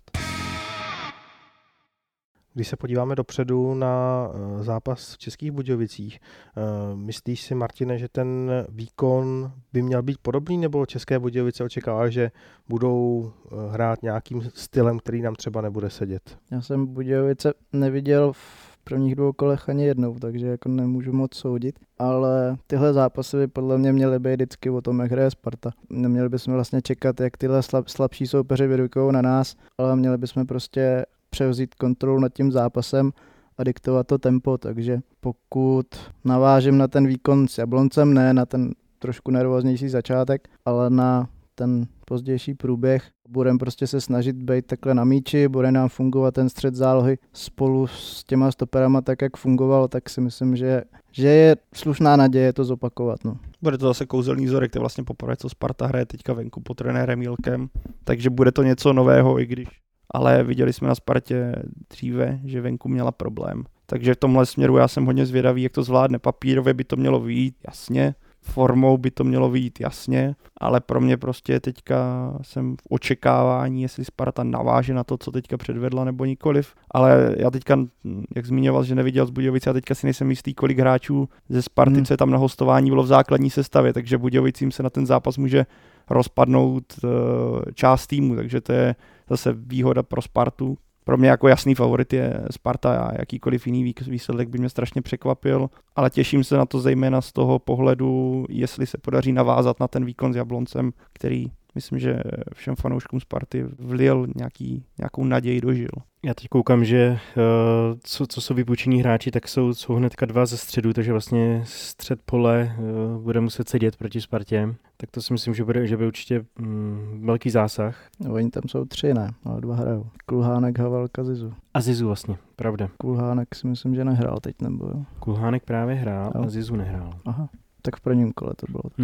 Když se podíváme dopředu na zápas v Českých Budějovicích, myslíš si, Martine, že ten výkon by měl být podobný, nebo České Budějovice očekává, že budou hrát nějakým stylem, který nám třeba nebude sedět? Já jsem Budějovice neviděl v prvních 2 kolech ani jednou, takže jako nemůžu moc soudit, ale tyhle zápasy by podle mě měly být vždycky o tom, jak hraje Sparta. Neměli bychom vlastně čekat, jak tyhle slabší soupeři vyrukují na nás, ale měli bychom prostě převzít kontrolu nad tím zápasem a diktovat to tempo, takže pokud navážím na ten výkon s Jabloncem, ne na ten trošku nervóznější začátek, ale na ten pozdější průběh, budeme prostě se snažit být takhle na míči, bude nám fungovat ten střed zálohy spolu s těma stoperama tak, jak fungoval, tak si myslím, že je slušná naděje to zopakovat. No. Bude to zase kouzelný vzorek, to je vlastně poprvé, co Sparta hraje teďka venku pod trenérem Jílkem, takže bude to něco nového, i když ale viděli jsme na Spartě dříve, že venku měla problém. Takže v tomhle směru já jsem hodně zvědavý, jak to zvládne. Papírově by to mělo vyjít, jasně. Formou by to mělo vyjít, jasně. Ale pro mě prostě teďka jsem v očekávání, jestli Sparta naváže na to, co teďka předvedla, nebo nikoliv. Ale já teďka, jak zmiňoval, že neviděl z Budějovic, já teďka si nejsem jistý, kolik hráčů ze Sparty, co je tam na hostování, bylo v základní sestavě. Takže Budějovicím se na ten zápas může rozpadnout část týmu, takže to je zase výhoda pro Spartu. Pro mě jako jasný favorit je Sparta a jakýkoliv jiný výsledek by mě strašně překvapil, ale těším se na to zejména z toho pohledu, jestli se podaří navázat na ten výkon s Jabloncem, který myslím, že všem fanouškům Sparty vlil nějakou naději do žil. Já teď koukám, že co jsou vypůjčení hráči, tak jsou hnedka 2 ze středu, takže vlastně střed pole bude muset sedět proti Spartě. Tak to si myslím, že bude určitě velký zásah. No, oni tam jsou 3, ne? Ale 2 hrajou. Kulhánek, Havelka, Zizu. A Zizu vlastně, pravda. Kulhánek si myslím, že nehrál teď, nebo jo? Kulhánek právě hrál Jo. a Zizu nehrál. Aha, tak v prvním kole to bylo.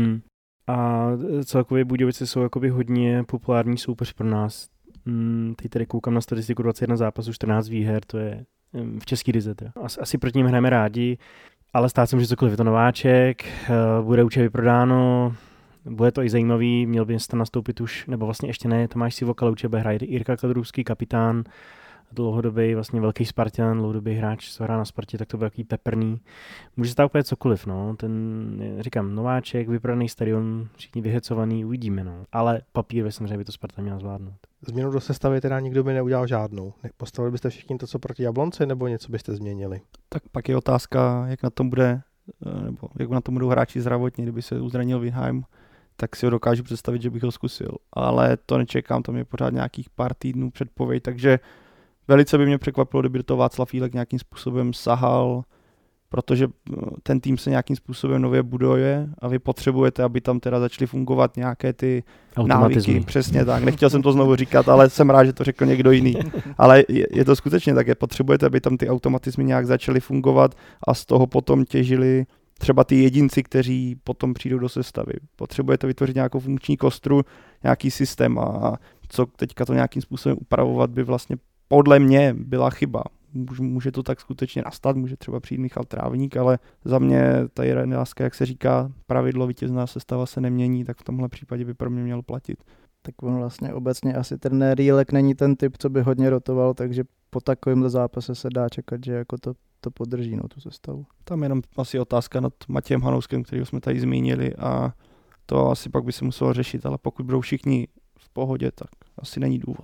A celkově Budějovice jsou jakoby hodně populární soupeř pro nás. Teď tady koukám na statistiku 21 zápasů, 14 výher, to je v český lize. Asi proti ním hrajeme rádi, ale stát se může cokoliv. Je to nováček, bude určitě vyprodáno, bude to i zajímavý, měl by tam nastoupit už, nebo vlastně ještě ne, Tomáš Sivoka, určitě bude hrát Jirka Kadrovský, kapitán, dlouhodobý vlastně velký Spartan, dlouhodobý hráč, co hrá na Spartě, tak to byl takový peprný. Může stát úplně cokoliv, no. Říkám, nováček, vyprodaný stadion, všichni vyhecovaný, uvidíme, no. Ale papír, samozřejmě by to Sparta měla zvládnout. Změnu do sestavy teda nikdo by neudělal žádnou. Postavili byste všichni to, co proti Jablonci, nebo něco byste změnili? Tak pak je otázka, jak na tom bude, nebo jak na tom budou hráči zdravotně, kdyby se uzranil Winheim, tak si ho dokážu představit, že bych ho zkusil. Ale to nečekám, tam je pořád nějakých pár týdnů předpověď, takže velice by mě překvapilo, kdyby do toho Václav Jílek nějakým způsobem sahal, protože ten tým se nějakým způsobem nově buduje a vy potřebujete, aby tam teda začaly fungovat nějaké ty návyky. Přesně tak, nechtěl jsem to znovu říkat, ale jsem rád, že to řekl někdo jiný. Ale je to skutečně tak, potřebujete, aby tam ty automatizmy nějak začaly fungovat a z toho potom těžili třeba ty jedinci, kteří potom přijdou do sestavy. Potřebujete vytvořit nějakou funkční kostru, nějaký systém a co teďka to nějakým způsobem upravovat by vlastně podle mě byla chyba. Může to tak skutečně nastat, může třeba přijít Michal Trávník, ale za mě ta jedenáctka, jak se říká, pravidlo vítězná sestava se nemění, tak v tomhle případě by pro mě mělo platit. Tak on vlastně obecně asi ten Rýlek není ten typ, co by hodně rotoval, takže po takovémhle zápase se dá čekat, že jako to podrží, no, tu sestavu. Tam jenom asi otázka nad Matějem Hanouskem, kterého jsme tady zmínili a to asi pak by se muselo řešit, ale pokud budou všichni v pohodě, tak asi není důvod.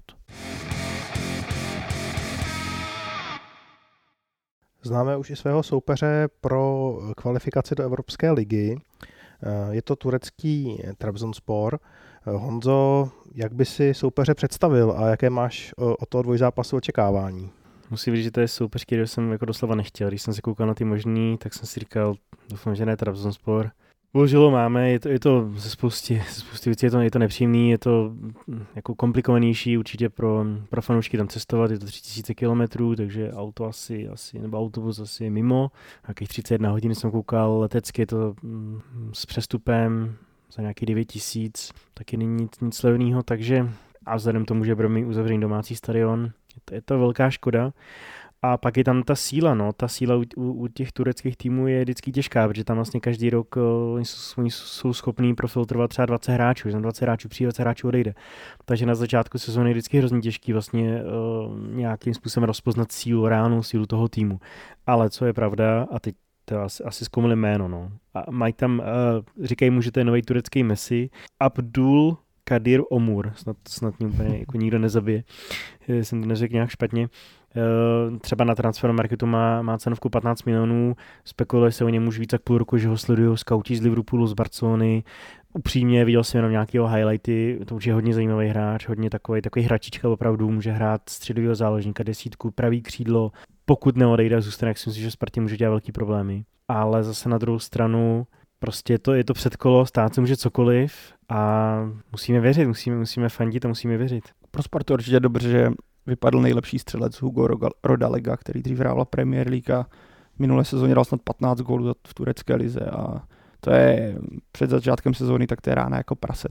Známe už i svého soupeře pro kvalifikaci do Evropské ligy. Je to turecký Trabzonspor. Honzo, jak by si soupeře představil a jaké máš od toho dvojzápasu očekávání? Musím říct, že to je soupeř, který jsem jako doslova nechtěl. Když jsem se koukal na ty možný, tak jsem si říkal, doufám, že ne Trabzonspor. Bohužel ho máme, je to ze spousty věcí, je to nepříjemný, je to jako komplikovanější určitě pro fanoušky tam cestovat, je to 3000 km, takže auto asi, nebo autobus asi mimo, nějakých 31 hodin jsem koukal, letecky je to s přestupem za nějakých 9000, taky není nic levného, takže a vzhledem k tomu, že budeme mít uzavřený domácí stadion, je to velká škoda. A pak je tam ta síla, no. Ta síla u těch tureckých týmů je vždycky těžká, protože tam vlastně každý rok oni jsou schopní profiltrovat třeba 20 hráčů, že tam 20 hráčů přijde, 20 hráčů odejde. Takže na začátku sezóny je vždycky hrozně těžký vlastně nějakým způsobem rozpoznat sílu, reálnou sílu toho týmu. Ale co je pravda, a teď to asi zkoumali jméno, no. A mají tam, říkají mu, že to je nový turecký Messi, Abdul Kadir Omur, snad mě úplně jako nikdo nezabije, jsem to neřekl nějak špatně. Třeba na Transfermarketu má cenovku 15 milionů, spekuluje se o něm už víc jak půl roku, že ho sledují skauti z Liverpoolu, z Barcelony. Upřímně viděl jsem jenom nějakého highlighty, to už je hodně zajímavý hráč, hodně takový hračička opravdu, může hrát středového záložníka, desítku, pravý křídlo, pokud neodejde a zůstane, jak si myslím, že Spartě může dělat velký problémy. Ale zase na druhou stranu prostě je to předkolo, stát se může cokoliv a musíme věřit, musíme fandit a musíme věřit. Pro Spartu určitě dobře, že vypadl nejlepší střelec Hugo Rodalega, který dřív hrál Premier League a minulé sezóně dal snad 15 gólů v turecké lize a to je před začátkem sezóny, tak to je rána jako prase,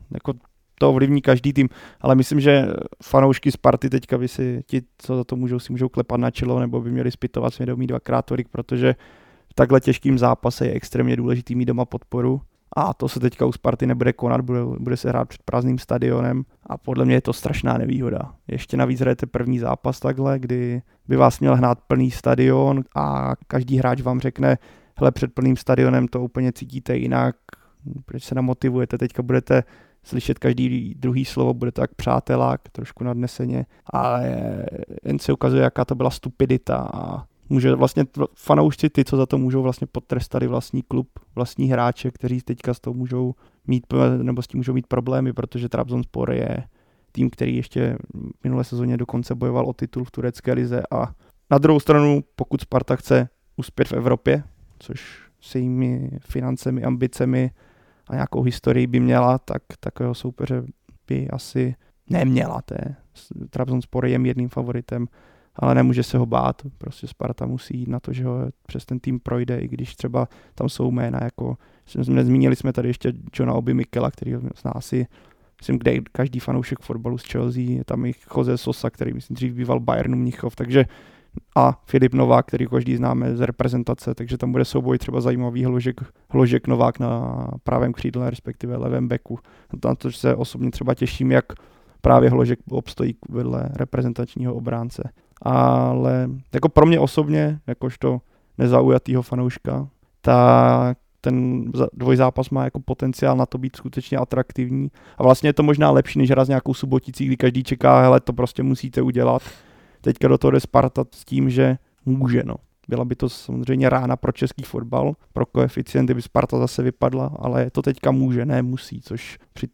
to ovlivní každý tým, ale myslím, že fanoušky Sparty teďka by si ti, co za to si můžou klepat na čelo, nebo by měli zpytovat svědomí 2x tolik, protože v takhle těžkým zápase je extrémně důležitý mít doma podporu. A to se teďka u Sparty nebude konat, bude se hrát před prázdným stadionem a podle mě je to strašná nevýhoda. Ještě navíc hrajete první zápas takhle, kdy by vás měl hnát plný stadion a každý hráč vám řekne, hele, před plným stadionem to úplně cítíte jinak, proč se namotivujete, teďka budete slyšet každý druhý slovo, bude to jak přátelák, trošku nadneseně, ale jen se ukazuje, jaká to byla stupidita a může vlastně fanoušci, ty, co za to můžou, vlastně potrestali vlastní klub, vlastní hráče, kteří teďka s tím můžou mít problémy, protože Trabzonspor je tým, který ještě minulé sezóně dokonce bojoval o titul v turecké lize a na druhou stranu, pokud Sparta chce uspět v Evropě, což s jejími financemi, ambicemi a nějakou historii by měla, tak takového soupeře by asi neměla. Trabzonspor je jedným favoritem, ale nemůže se ho bát. Prostě Sparta musí jít na to, že ho přes ten tým projde, i když třeba tam jsou jména jako, nezmínili jsme tady ještě Johna Obi Mikela, který zná asi, myslím, kde každý fanoušek fotbalu z Chelsea, je tam i Jose Sosa, který myslím dřív býval Bayernu Mnichov, takže a Filip Novák, který každý známe z reprezentace, takže tam bude souboj třeba zajímavý Hložek Novák na pravém křídle, respektive levém beku. Na to se osobně třeba těším, jak právě Hložek obstojí vedle reprezentačního obránce. Ale jako pro mě osobně, jakožto nezaujatýho fanouška, tak ten dvojzápas má jako potenciál na to být skutečně atraktivní. A vlastně je to možná lepší, než hrát s nějakou Suboticí, kdy každý čeká, hele, to prostě musíte udělat. Teďka do toho jde Sparta s tím, že může, no. Byla by to samozřejmě rána pro český fotbal, pro koeficienty by Sparta zase vypadla, ale to teďka může, ne musí, což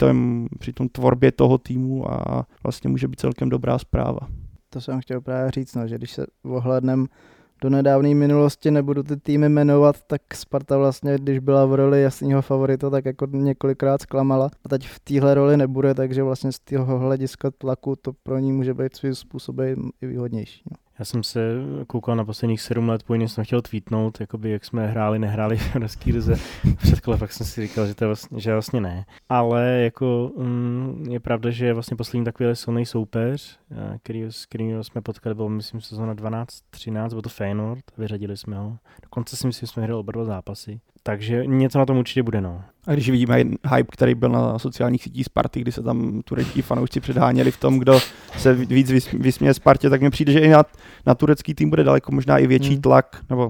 při tom tvorbě toho týmu a vlastně může být celkem dobrá zpráva. To jsem chtěl právě říct, no, že když se ohlédnem do nedávné minulosti, nebudu ty týmy jmenovat, tak Sparta vlastně, když byla v roli jasného favorita, tak jako několikrát zklamala. A teď v téhle roli nebude, takže vlastně z toho hlediska tlaku to pro ní může být svým způsobem i výhodnější. No. Já jsem se koukal na posledních 7 let, původně jsem chtěl tweetnout, jakoby jak jsme nehráli v Evropské lize před kole, pak jsem si říkal, že vlastně ne. Ale jako je pravda, že vlastně poslední takový silný soupeř, který jsme potkali, byl myslím sezóna 12-13, byl to Feyenoord, vyřadili jsme ho. Dokonce si myslím, že jsme hráli oba dva zápasy. Takže něco na tom určitě bude, no. A když vidíme hype, který byl na sociálních sítích Sparty, kdy se tam turečtí fanoušci předháněli v tom, kdo se víc vysměje Spartě, tak mně přijde, že i na turecký tým bude daleko možná i větší tlak, nebo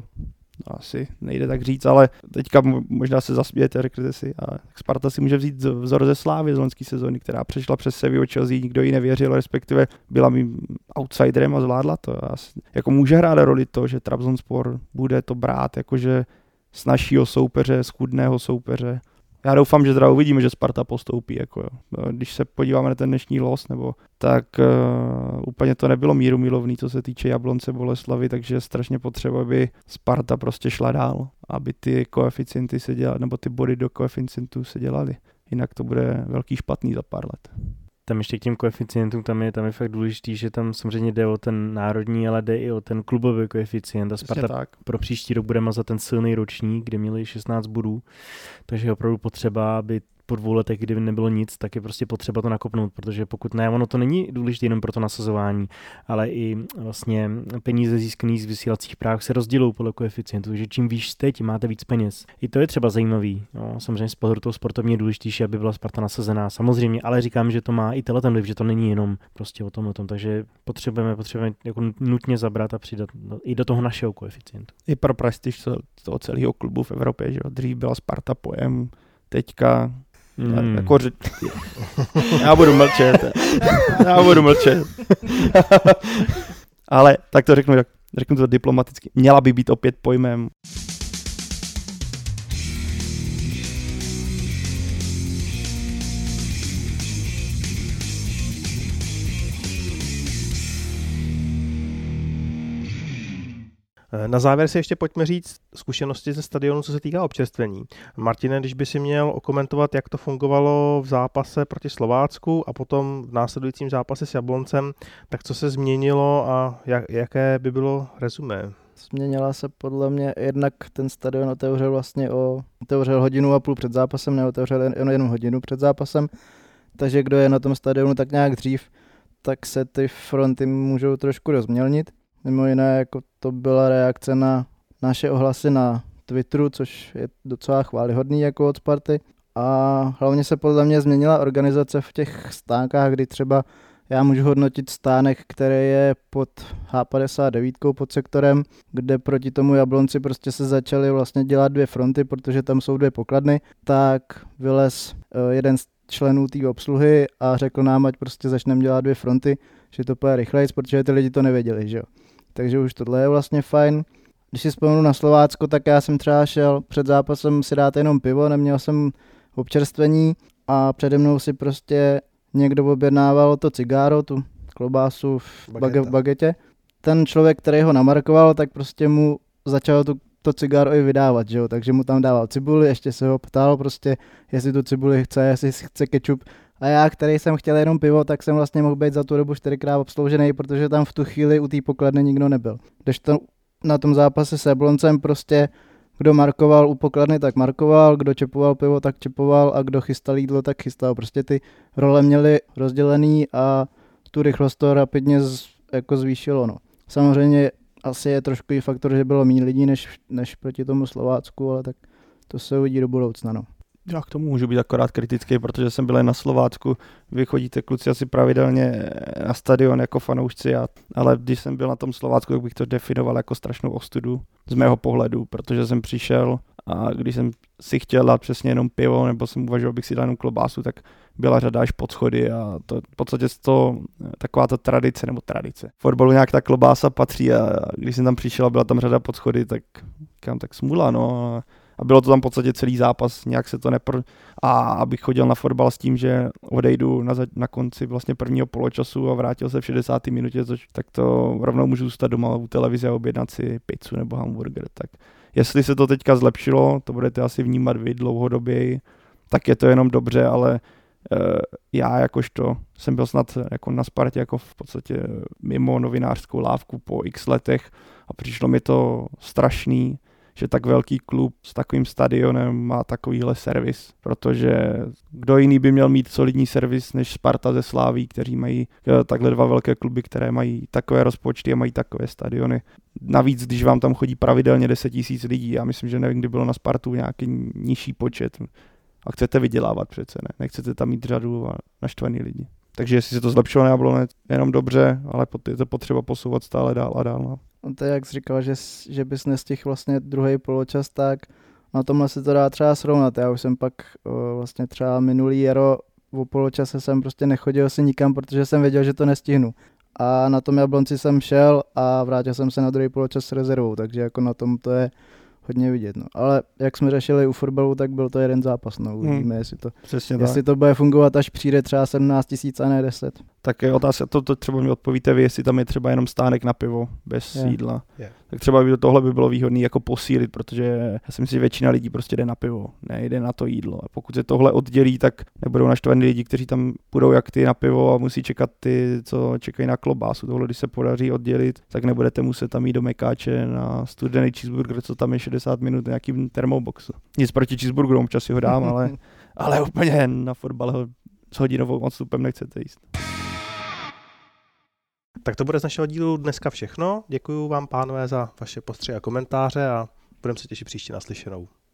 asi nejde tak říct, ale teďka možná se zasmějete, řeknete si, a Sparta si může vzít vzor ze Slávy z loňské sezóny, která přešla přes Sevillu, Chelsea, nikdo jí nevěřil, respektive byla mým outsiderem a zvládla to. Jako může hrát roli to, že Trabzonspor bude to brát, jakože snazšího soupeře, schudného soupeře. Já doufám, že teda uvidíme, že Sparta postoupí. Jako jo. Když se podíváme na ten dnešní los, tak úplně to nebylo míru milovný, co se týče Jablonce, Boleslavy, takže je strašně potřeba, aby Sparta prostě šla dál, aby ty koeficienty se dělaly, nebo ty body do koeficientů se dělaly. Jinak to bude velký špatný za pár let. Tam ještě k těm koeficientům, tam je fakt důležitý, že tam samozřejmě jde o ten národní, ale jde i o ten klubový koeficient a Sparta pro příští rok bude mazat ten silný ročník, kde měli 16 bodů, takže je opravdu potřeba, aby po 2 letech, kdy nebylo nic, tak je prostě potřeba to nakopnout, protože pokud ne, ono to není důležité jenom pro to nasazování, ale i vlastně peníze získané z vysílacích práv se rozdělují podle koeficientu, takže čím výš jste, tím máte víc peněz. I to je třeba zajímavý. No, samozřejmě z pohledu toho sportovně je důležitější, aby byla Sparta nasazená, samozřejmě, ale říkám, že to má i ten vliv, že to není jenom prostě o tom, takže potřebujeme jako nutně zabrat a přidat i do toho našeho koeficientu. I pro prestiž toho celého klubu v Evropě, že dřív byla Sparta pojem, teďka jako já budu mlčet. Ale tak to řeknu to diplomaticky. Měla by být opět pojmem. Na závěr si ještě pojďme říct zkušenosti ze stadionu, co se týká občerstvení. Martine, když by si měl okomentovat, jak to fungovalo v zápase proti Slovácku a potom v následujícím zápase s Jabloncem, tak co se změnilo a jaké by bylo rezumé? Změnila se podle mě, jednak ten stadion otevřel 1,5 hodiny před zápasem, neotevřel jenom hodinu před zápasem, takže kdo je na tom stadionu tak nějak dřív, tak se ty fronty můžou trošku rozmělnit. Mimo jiné, jako to byla reakce na naše ohlasy na Twitteru, což je docela chvályhodný jako od Sparty. A hlavně se podle mě změnila organizace v těch stánkách, kdy třeba já můžu hodnotit stánek, který je pod H59 pod sektorem, kde proti tomu Jablonci prostě se začaly vlastně dělat 2 fronty, protože tam jsou 2 pokladny, tak vylez jeden z členů té obsluhy a řekl nám, ať prostě začneme dělat 2 fronty, že to půjde rychlejc, protože ty lidi to nevěděli, že jo. Takže už tohle je vlastně fajn. Když si vzpomenu na Slovácko, tak já jsem třeba šel před zápasem si dát jenom pivo, neměl jsem občerstvení a přede mnou si prostě někdo objednával to cigáro, tu klobásu v bagetě. Ten člověk, který ho namarkoval, tak prostě mu začal to cigáro i vydávat, že jo? Takže mu tam dával cibuli, ještě se ho ptal prostě, jestli tu cibuli chce, jestli chce kečup. A já, který jsem chtěl jenom pivo, tak jsem vlastně mohl být za tu dobu 4krát obsloužený, protože tam v tu chvíli u té pokladny nikdo nebyl. Když to na tom zápase s Jabloncem prostě kdo markoval u pokladny, tak markoval, kdo čepoval pivo, tak čepoval a kdo chystal jídlo, tak chystal. Prostě ty role měly rozdělený a tu rychlost to rapidně jako zvýšilo. No. Samozřejmě asi je trošku i faktor, že bylo méně lidí než proti tomu Slovácku, ale tak to se uvidí do budoucna. No. Já k tomu můžu být akorát kritický, protože jsem byl jen na Slovácku. Vy chodíte kluci asi pravidelně na stadion jako fanoušci, ale když jsem byl na tom Slovácku, tak bych to definoval jako strašnou ostudu z mého pohledu, protože jsem přišel a když jsem si chtěl dát přesně jenom pivo, nebo jsem uvažoval, bych si dal jenom klobásu, tak byla řada až pod schody a to v podstatě to taková ta tradice. V fotbalu nějak ta klobása patří a když jsem tam přišel a byla tam řada pod schody, tak smůla, no. A bylo to tam v podstatě celý zápas, nějak se to A abych chodil na fotbal s tím, že odejdu na konci vlastně prvního poločasu a vrátil se v 60. minutě, tak to rovnou můžu zůstat doma u televize a objednat si pizzu nebo hamburger. Tak jestli se to teďka zlepšilo, to budete asi vnímat vy dlouhodoběji, tak je to jenom dobře, ale já jakožto jsem byl snad jako na Spartě jako v podstatě mimo novinářskou lávku po x letech a přišlo mi to strašný, že tak velký klub s takovým stadionem má takovýhle servis, protože kdo jiný by měl mít solidní servis než Sparta ze Sláví, kteří mají takhle dva velké kluby, které mají takové rozpočty a mají takové stadiony. Navíc, když vám tam chodí pravidelně 10 000 lidí, já myslím, že nevím, kdy bylo na Spartu nějaký nižší počet a chcete vydělávat přece, ne? Nechcete tam mít řadu a naštvaný lidi. Takže jestli se to zlepšilo, nebylo jenom dobře, ale je to potřeba posouvat stále dál a dál. No. To je, jak jsi říkal, že bys nestihl vlastně druhý poločas, tak na tomhle se to dá třeba srovnat. Já už jsem pak vlastně třeba minulý jaro o poločase jsem prostě nechodil si nikam, protože jsem věděl, že to nestihnu. A na tom Jablonci jsem šel a vrátil jsem se na druhý poločas s rezervou, takže jako na tom to je hodně vidět. No. Ale jak jsme řešili u fotbalu, tak byl to jeden zápas. No. Uvidíme, jestli to bude fungovat, až přijde třeba 17 000 a ne 10. Tak je otázka, to třeba mi odpovíte vy, jestli tam je třeba jenom stánek na pivo bez jídla. Tak třeba tohle by bylo výhodné jako posílit, protože já si myslím, že většina lidí prostě jde na pivo, nejde na to jídlo. A pokud se tohle oddělí, tak nebudou naštvaní lidi, kteří tam půjdou jak ty na pivo a musí čekat ty, co čekají na klobásu. Tohle, když se podaří oddělit, tak nebudete muset tam jít do Mekáče na studený cheeseburger, co tam je 60 minut na nějakým termoboxu. Nic proti cheeseburgeru, občas si ho dám, ale úplně na fotbal s hodinovou odstupem nechcete jíst. Tak to bude z našeho dílu dneska všechno. Děkuji vám, pánové, za vaše postřehy a komentáře a budeme se těšit příště naslyšenou.